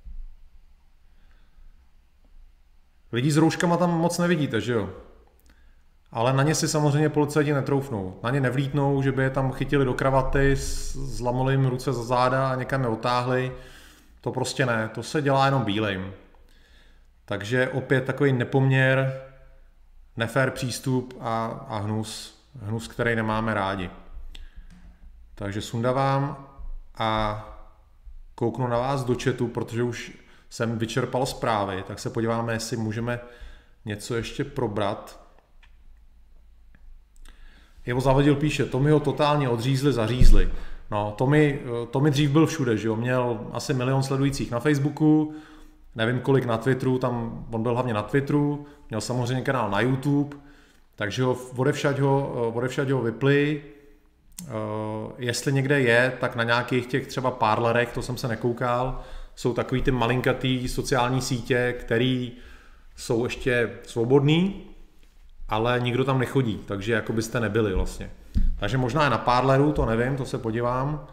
Lidi s rouškama tam moc nevidíte, že jo? Ale na ně si samozřejmě policajti netroufnou. Na ně nevlítnou, že by je tam chytili do kravaty, zlamali jim ruce za záda a někam je otáhli. To prostě ne, to se dělá jenom bílejm. Takže opět takový nepoměr, nefér přístup a, a hnus, hnus, který nemáme rádi. Takže sundavám a kouknu na vás do chatu, protože už jsem vyčerpal zprávy, tak se podíváme, jestli můžeme něco ještě probrat. Jeho Zavadil píše, Tommy ho totálně odřízli, zařízli. No, Tommy, Tommy dřív byl všude, že jo, měl asi milion sledujících na Facebooku, nevím kolik na Twitteru, tam on byl hlavně na Twitteru, měl samozřejmě kanál na YouTube, takže ho odevšať ho, odevšať ho vypli. Uh, jestli někde je, tak na nějakých těch třeba parlerech, to jsem se nekoukal, jsou takový ty malinkatý sociální sítě, které jsou ještě svobodný, ale nikdo tam nechodí, takže jako byste nebyli vlastně. Takže možná je na parleru, to nevím, to se podívám.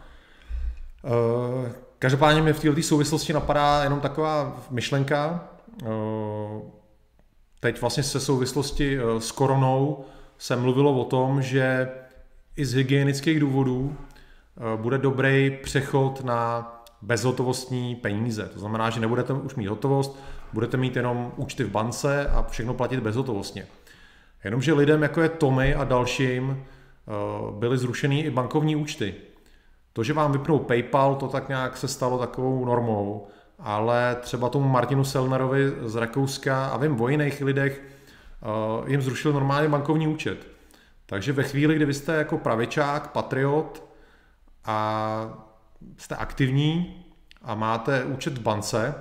Uh, každopádně mi v této souvislosti napadá jenom taková myšlenka. Uh, teď vlastně se souvislosti s koronou se mluvilo o tom, že i z hygienických důvodů bude dobrý přechod na bezhotovostní peníze. To znamená, že nebudete už mít hotovost, budete mít jenom účty v bance a všechno platit bezhotovostně. Jenomže lidem, jako je Tommy a dalším, byly zrušený i bankovní účty. To, že vám vypnou PayPal, to tak nějak se stalo takovou normou, ale třeba tomu Martinu Sellnerovi z Rakouska a vím o jiných lidech, jim zrušil normálně bankovní účet. Takže ve chvíli, kdy vy jste jako pravičák, patriot a jste aktivní a máte účet v bance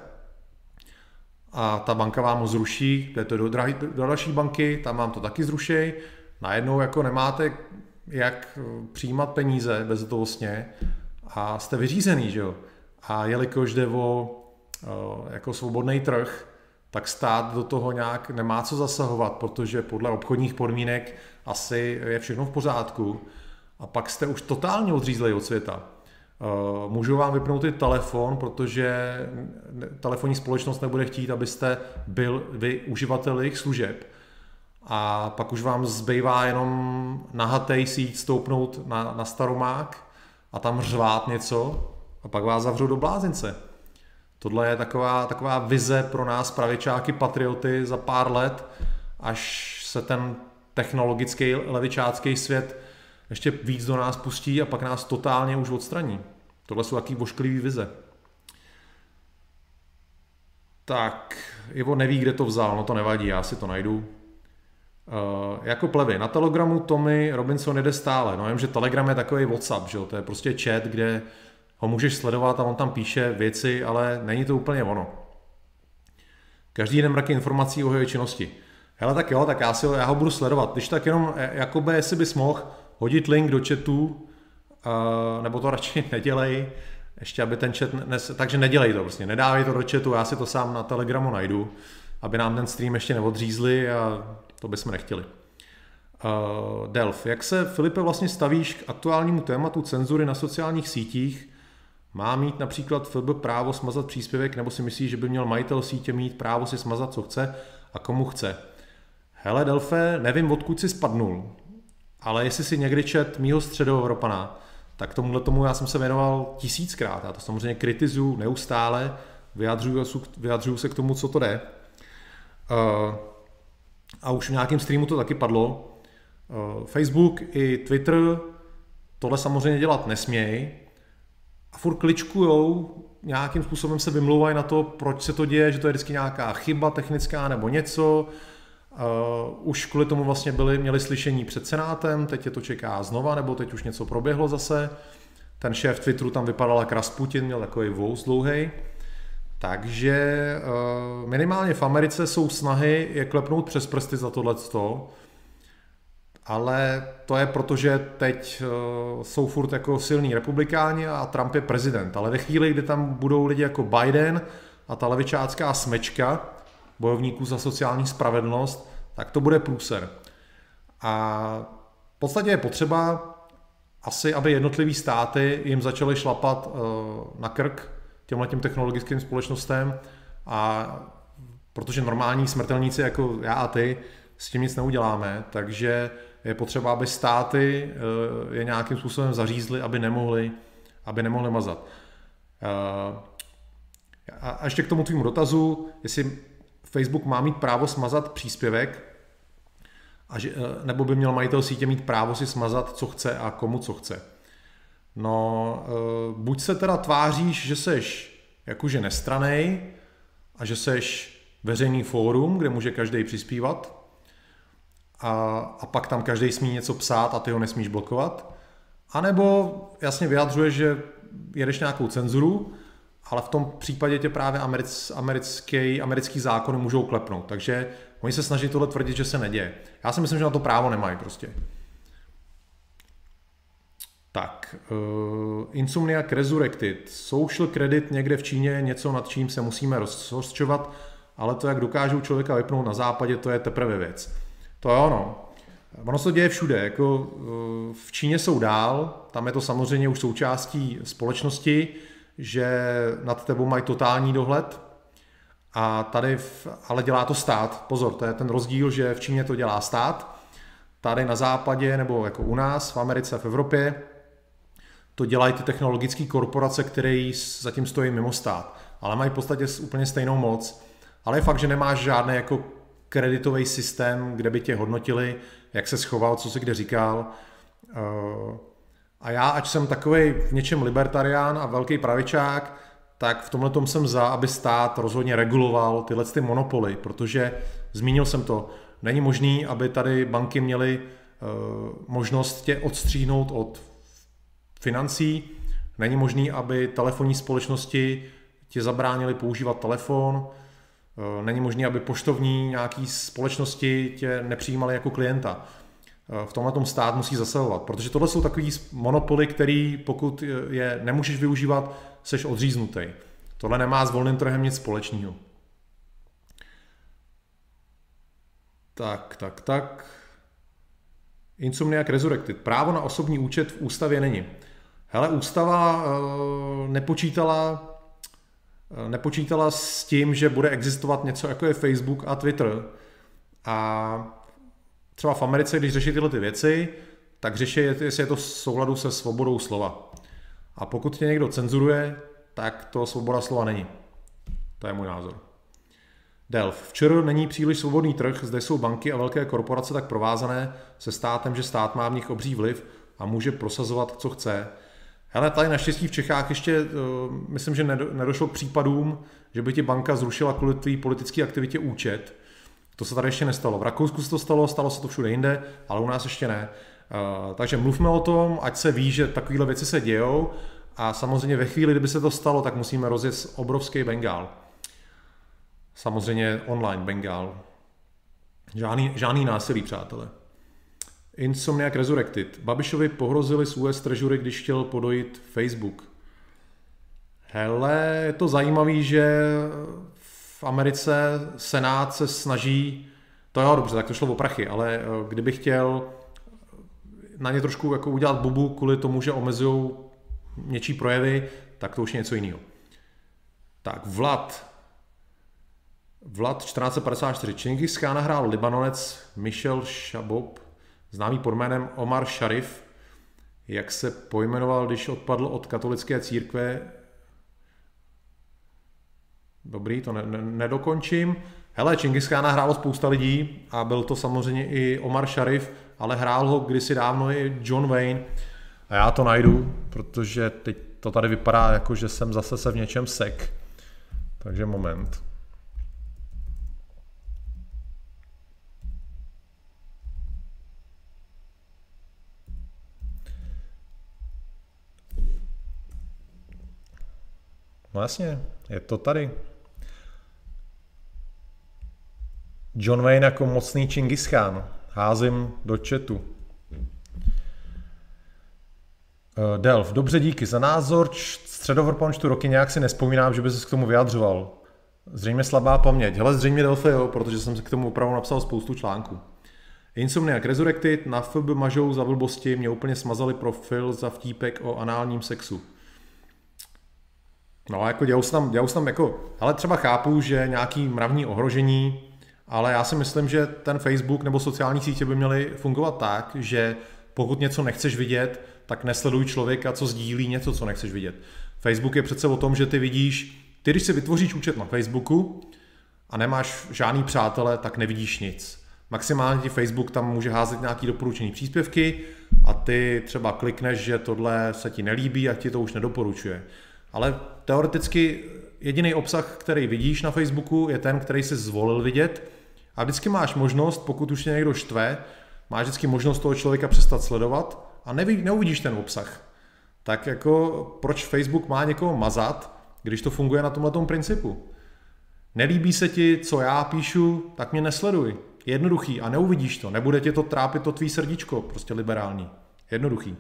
a ta banka vám ho zruší, jdete do, drahý, do další banky, tam vám to taky zruší, najednou jako nemáte jak přijímat peníze bezhotovostně a jste vyřízený, že jo? A jelikož jde o jako svobodný trh, tak stát do toho nějak nemá co zasahovat, protože podle obchodních podmínek asi je všechno v pořádku. A pak jste už totálně odřízlej od světa. Můžu vám vypnout i telefon, protože telefonní společnost nebude chtít, abyste byl vy uživatel jejich služeb. A pak už vám zbývá jenom nahatej si jít stoupnout na, na Staromák a tam řvát něco a pak vás zavřou do blázince. Tohle je taková, taková vize pro nás pravičáky, patrioty za pár let, až se ten technologický levičácký svět ještě víc do nás pustí a pak nás totálně už odstraní. Tohle jsou takový vošklivý vize. Tak, Ivo neví, kde to vzal, no to nevadí, já si to najdu. Uh, jako plevy. Na Telegramu Tommy Robinson jede stále. No, jen, že Telegram je takový WhatsApp, že jo? To je prostě chat, kde ho můžeš sledovat a on tam píše věci, ale není to úplně ono. Každý den mraky informací o jeho činnosti. Hele, tak jo, tak já, si ho, já ho budu sledovat. Když tak jenom, jakoby, jestli bys mohl hodit link do chatu, uh, nebo to radši nedělej, ještě aby ten chat, nes, takže nedělej to prostě, nedávej to do chatu, já si to sám na Telegramu najdu, aby nám ten stream ještě neodřízli a to bychom nechtěli. Uh, Delf, jak se, Filipe, vlastně stavíš k aktuálnímu tématu cenzury na sociálních sítích? Má mít například F B právo smazat příspěvek, nebo si myslíš, že by měl majitel sítě mít právo si smazat, co chce a komu chce? Hele, Delfe, nevím, odkud si spadnul, ale jestli si někdy čet mýho Středoevropana, tak tomuhle tomu já jsem se věnoval tisíckrát. Já to samozřejmě kritizuju neustále, vyjadřuju, vyjadřuju se k tomu, co to jde. Uh, a už v nějakém streamu to taky padlo. Uh, Facebook i Twitter tohle samozřejmě dělat nesmějí a furt kličkujou, nějakým způsobem se vymlouvají na to, proč se to děje, že to je vždycky nějaká chyba technická nebo něco. Uh, už kvůli tomu vlastně byli, měli slyšení před Senátem, teď je to čeká znova, nebo teď už něco proběhlo zase. Ten šéf Twitteru tam vypadal jak Rasputin, měl takový vous dlouhej. Takže uh, minimálně v Americe jsou snahy je klepnout přes prsty za tohleto, ale to je proto, že teď uh, jsou furt jako silní republikáni a Trump je prezident. Ale ve chvíli, kdy tam budou lidi jako Biden a ta levičácká smečka, bojovníků za sociální spravedlnost, tak to bude průser. A v podstatě je potřeba asi, aby jednotlivý státy jim začaly šlapat uh, na krk těmhletěm technologickým společnostem, a protože normální smrtelníci jako já a ty s tím nic neuděláme, takže je potřeba, aby státy uh, je nějakým způsobem zařízly, aby nemohli, aby nemohli mazat. Uh, a ještě k tomu tvýmu dotazu, jestli Facebook má mít právo smazat příspěvek, a že, nebo by měl majitel sítě mít právo si smazat, co chce a komu co chce. No, buď se teda tváříš, že seš jakože nestrannej a že seš veřejný fórum, kde může každý přispívat a, a pak tam každý smí něco psát a ty ho nesmíš blokovat, anebo jasně vyjadřuješ, že jedeš nějakou cenzuru, ale v tom případě tě právě americ, americký, americký zákony můžou klepnout. Takže oni se snaží tohle tvrdit, že se neděje. Já si myslím, že na to právo nemají prostě. Tak, uh, Insomniac Resurrected. Social credit někde v Číně je něco, nad čím se musíme rozhořčovat, ale to, jak dokážou člověka vypnout na západě, to je teprve věc. To je ono. Ono se děje všude. Jako, uh, v Číně jsou dál, tam je to samozřejmě už součástí společnosti, že nad tebou mají totální dohled a tady, v, ale dělá to stát. Pozor, to je ten rozdíl, že v Číně to dělá stát, tady na západě nebo jako u nás, v Americe, v Evropě, to dělají ty technologické korporace, které zatím stojí mimo stát, ale mají v podstatě úplně stejnou moc. Ale je fakt, že nemáš žádný jako kreditový systém, kde by tě hodnotili, jak se schoval, co si kde říkal. A já, ať jsem takovej v něčem libertarián a velký pravičák, tak v tomhletom jsem za, aby stát rozhodně reguloval tyhle ty monopoly, protože zmínil jsem to, není možný, aby tady banky měly uh, možnost tě odstříhnout od financí, není možný, aby telefonní společnosti tě zabránili používat telefon, uh, není možný, aby poštovní nějaký společnosti tě nepřijímaly jako klienta. V tomhle tom stát musí zasahovat, protože tohle jsou takový monopoly, který pokud je nemůžeš využívat, seš odříznutý. Tohle nemá s volným trhem nic společného. Tak, tak, tak. Insomniac Resurrected. Právo na osobní účet v ústavě není. Hele, ústava uh, nepočítala, uh, nepočítala s tím, že bude existovat něco jako je Facebook a Twitter. A třeba v Americe, když řeší tyhle ty věci, tak řeší, jestli je to v souladu se svobodou slova. A pokud tě někdo cenzuruje, tak to svoboda slova není. To je můj názor. Delf. Včera není příliš svobodný trh, zde jsou banky a velké korporace tak provázané se státem, že stát má v nich obří vliv a může prosazovat, co chce. Hele, tady naštěstí v Čechách ještě, uh, myslím, že nedošlo k případům, že by ti banka zrušila kvůli tvý politické aktivitě účet. To se tady ještě nestalo. V Rakousku se to stalo, stalo se to všude jinde, ale u nás ještě ne. Uh, takže mluvme o tom, ať se ví, že takovéhle věci se dějou a samozřejmě ve chvíli, kdyby se to stalo, tak musíme rozjet obrovský bengál. Samozřejmě online bengál. Žádný, žádný násilí, přátelé. Insomniac Resurrected. Babišovi pohrozili z U S Treasury, když chtěl podojit Facebook. Hele, je to zajímavý, že v Americe Senát se snaží, to jo, dobře, tak to šlo o prachy, ale kdyby chtěl na ně trošku jako udělat bubu kvůli tomu, že omezují něčí projevy, tak to už je něco jiného. Tak, Vlad. Vlad čtrnáct padesát čtyři. Čingis Khána hrál Libanonec Michel Shabob, známý pod jménem Omar Sharif, jak se pojmenoval, když odpadl od katolické církve. Dobrý, to ne, ne, nedokončím. Hele, Čingis Khána hrálo spousta lidí a byl to samozřejmě i Omar Sharif, ale hrál ho kdysi dávno i John Wayne. A já to najdu, protože teď to tady vypadá jako, že jsem zase se v něčem sek. Takže moment. No jasně, je to tady. John Wayne jako mocný Čingis Khán. Házím do chatu. Delf, dobře, díky za názor. Středovrpon čtu roky, nějak si nespomínám, že by se k tomu vyjadřoval. Zřejmě slabá paměť. Hele, zřejmě Delfe, jo, protože jsem se k tomu opravdu napsal spoustu článků. Insomniac Resurrected, na F B mažou za blbosti, mě úplně smazali profil za vtípek o análním sexu. No, jako dělou se tam, dělou se tam jako, ale třeba chápu, že nějaký mravní ohrožení, ale já si myslím, že ten Facebook nebo sociální sítě by měly fungovat tak, že pokud něco nechceš vidět, tak nesleduj člověka, co sdílí něco, co nechceš vidět. Facebook je přece o tom, že ty vidíš, ty když si vytvoříš účet na Facebooku a nemáš žádný přátele, tak nevidíš nic. Maximálně ti Facebook tam může házet nějaký doporučený příspěvky a ty třeba klikneš, že tohle se ti nelíbí a ti to už nedoporučuje. Ale teoreticky jediný obsah, který vidíš na Facebooku, je ten, který jsi zvolil vidět a vždycky máš možnost, pokud už tě někdo štve, máš vždycky možnost toho člověka přestat sledovat a neví, neuvidíš ten obsah. Tak jako proč Facebook má někoho mazat, když to funguje na tomhletom principu? Nelíbí se ti, co já píšu, tak mě nesleduj. Jednoduchý a neuvidíš to, nebude tě to trápit to tvý srdíčko, prostě liberální. Jednoduchý.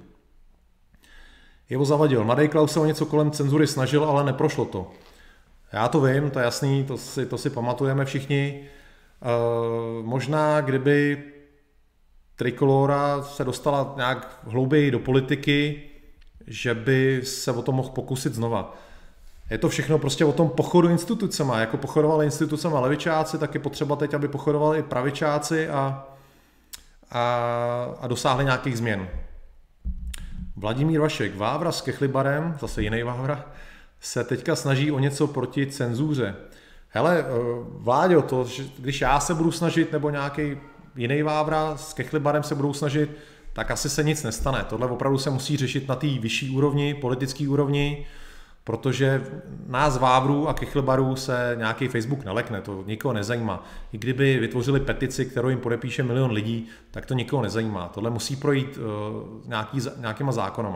Ivo Zavadil, Mladý Klaus se o něco kolem cenzury snažil, ale neprošlo to. Já to vím, to je jasný, to si, to si pamatujeme všichni. E, možná, kdyby Trikolora se dostala nějak hlouběji do politiky, že by se o to mohl pokusit znova. Je to všechno prostě o tom pochodu institucema. Jako pochodovali institucema levičáci, tak je potřeba teď, aby pochodovali i pravičáci a, a, a dosáhli nějakých změn. Vladimír Vašek, Vávra s Kechlibarem, zase jiný Vávra, se teďka snaží o něco proti cenzuře. Hele, Vláďo, to, když já se budu snažit, nebo nějaký jiný Vávra s Kechlibarem se budou snažit, tak asi se nic nestane. Tohle opravdu se musí řešit na té vyšší úrovni, politické úrovni, protože nás Vávrů a Kechlibarů se nějaký Facebook nelekne, to nikoho nezajímá. I kdyby vytvořili petici, kterou jim podepíše milion lidí, tak to nikoho nezajímá. Tohle musí projít uh, nějaký, nějakýma zákonama.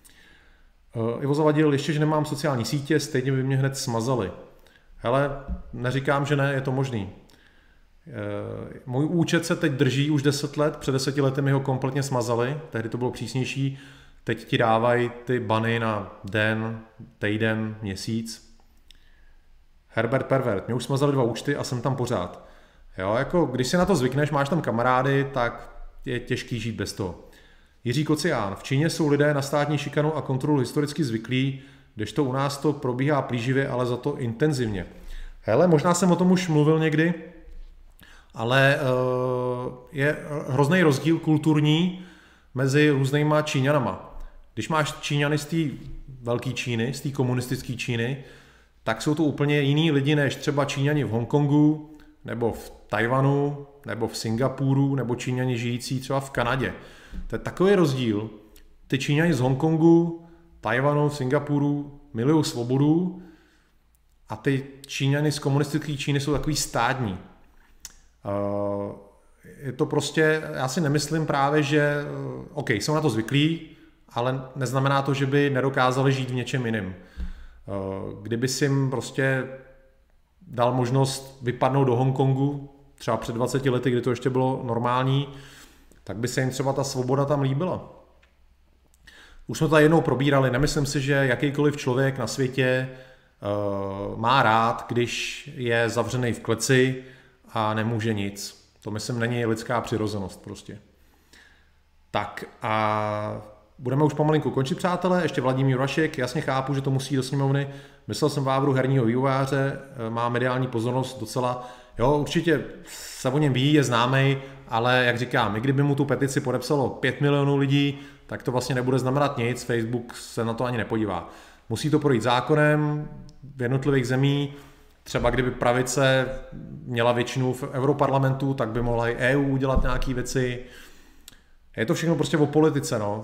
Uh, Ivo Zavadil, ještě, že nemám sociální sítě, stejně by mě hned smazali. Hele, neříkám, že ne, je to možný. Uh, můj účet se teď drží už deset let, před deseti lety mi ho kompletně smazali, tehdy to bylo přísnější. Teď ti dávají ty bany na den, týden, měsíc. Herbert Pervert, mě už smazali dva účty a jsem tam pořád. Jo, jako když si na to zvykneš, máš tam kamarády, tak je těžký žít bez toho. Jiří Kocián, v Číně jsou lidé na státní šikanu a kontrolu historicky zvyklí, kdežto u nás to probíhá plíživě, ale za to intenzivně. Hele, možná jsem o tom už mluvil někdy, ale uh, je hrozný rozdíl kulturní mezi různýma Číňanama. Když máš Číňany z té velké Číny, z té komunistické Číny, tak jsou to úplně jiní lidi než třeba Číňani v Hongkongu, nebo v Tajvanu, nebo v Singapuru, nebo Číňani žijící třeba v Kanadě. To je takový rozdíl. Ty Číňani z Hongkongu, Tajvanu, Singapuru milují svobodu a ty Číňani z komunistické Číny jsou takový stádní. Je to prostě, já si nemyslím právě, že OK, jsou na to zvyklí, ale neznamená to, že by nedokázali žít v něčem jiném. Kdyby si jim prostě dal možnost vypadnout do Hongkongu, třeba před dvaceti lety, kdy to ještě bylo normální, tak by se jim třeba ta svoboda tam líbila. Už jsme to tady jednou probírali, nemyslím si, že jakýkoliv člověk na světě uh, má rád, když je zavřený v kleci a nemůže nic. To myslím není lidská přirozenost prostě. Tak a budeme už pomalinku končit, přátelé. Ještě Vladimír Vašek, jasně chápu, že to musí do sněmovny. Myslel jsem Vávru herního vývojáře, má mediální pozornost docela. Jo, určitě se o něm ví, je známý, ale jak říkám, i kdyby mu tu petici podepsalo pět milionů lidí, tak to vlastně nebude znamenat nic, Facebook se na to ani nepodívá. Musí to projít zákonem v jednotlivých zemí, třeba kdyby pravice měla většinu v Europarlamentu, tak by mohla i E U udělat nějaké věci. Je to všechno prostě o politice, no.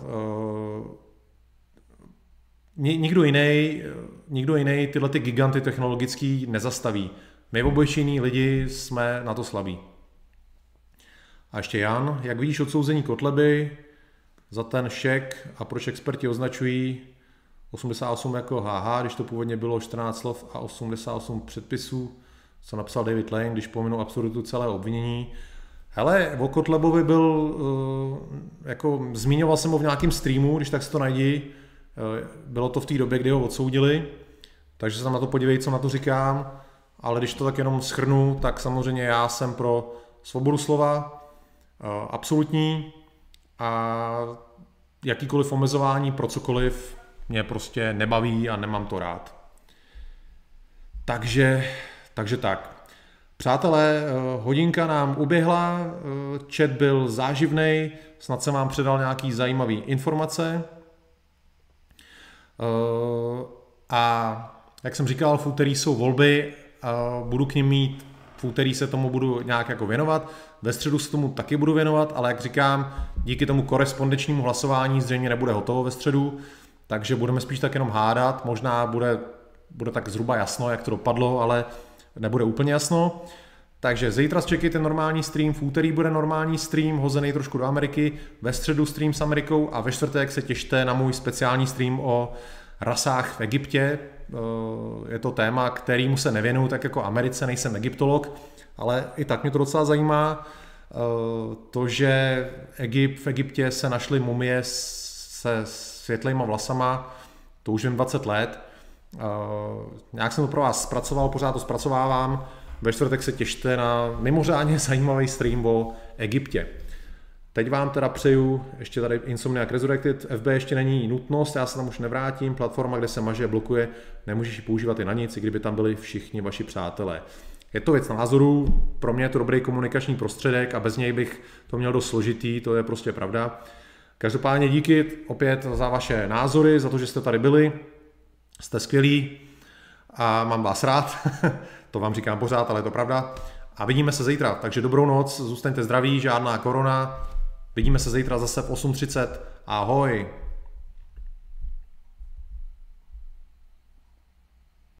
Nikdo jiný, nikdo jiný tyhle ty giganty technologický nezastaví. My obyčejní lidi jsme na to slabí. A ještě Jan, jak vidíš odsouzení Kotleby za ten šek a proč experti označují osmdesát osm jako haha, když to původně bylo čtrnáct slov a osmdesát osm předpisů, co napsal David Lane, když pominu absurditu celé obvinění. Hele, o Kotlebovi byl, jako zmiňoval jsem ho v nějakém streamu, když tak si to najdi, bylo to v té době, kdy ho odsoudili, takže se tam na to podívej, co na to říkám, ale když to tak jenom shrnu, tak samozřejmě já jsem pro svobodu slova, absolutní, a jakýkoliv omezování pro cokoliv mě prostě nebaví a nemám to rád. Takže, takže tak. Přátelé, hodinka nám uběhla, chat byl záživnej, snad jsem vám předal nějaký zajímavý informace. A jak jsem říkal, v úterý jsou volby, budu k nim mít, v úterý se tomu budu nějak jako věnovat, ve středu se tomu taky budu věnovat, ale jak říkám, díky tomu korespondenčnímu hlasování zřejmě nebude hotovo ve středu, takže budeme spíš tak jenom hádat, možná bude, bude tak zhruba jasno, jak to dopadlo, ale nebude úplně jasno. Takže zítra čekejte normální stream, v úterý bude normální stream, hozený trošku do Ameriky, ve středu stream s Amerikou a ve čtvrtek se těšte na můj speciální stream o rasách v Egyptě. Je to téma, kterému se nevěnuju tak jako Americe, nejsem egyptolog, ale i tak mě to docela zajímá. To, že Egypt, v Egyptě se našly mumie se světlejma vlasama, to už vím dvacet let. Nějak jsem to pro vás zpracoval, pořád to zpracovávám. Ve čtvrtek se těšte na mimořádně zajímavý stream o Egyptě. Teď vám teda přeju, ještě tady Insomniac Resurrected, F B ještě není nutnost, já se tam už nevrátím, platforma, kde se maže, blokuje, nemůžeš ji používat i na nic, i kdyby tam byli všichni vaši přátelé. Je to věc názoru, pro mě je to dobrý komunikační prostředek a bez něj bych to měl dost složitý, to je prostě pravda. Každopádně díky opět za vaše názory, za to, že jste tady byli, jste skvělí a mám vás rád, to vám říkám pořád, ale je to pravda. A vidíme se zítra, takže dobrou noc, zůstaňte zdraví, žádná korona. Vidíme se zítra zase v osm třicet. Ahoj.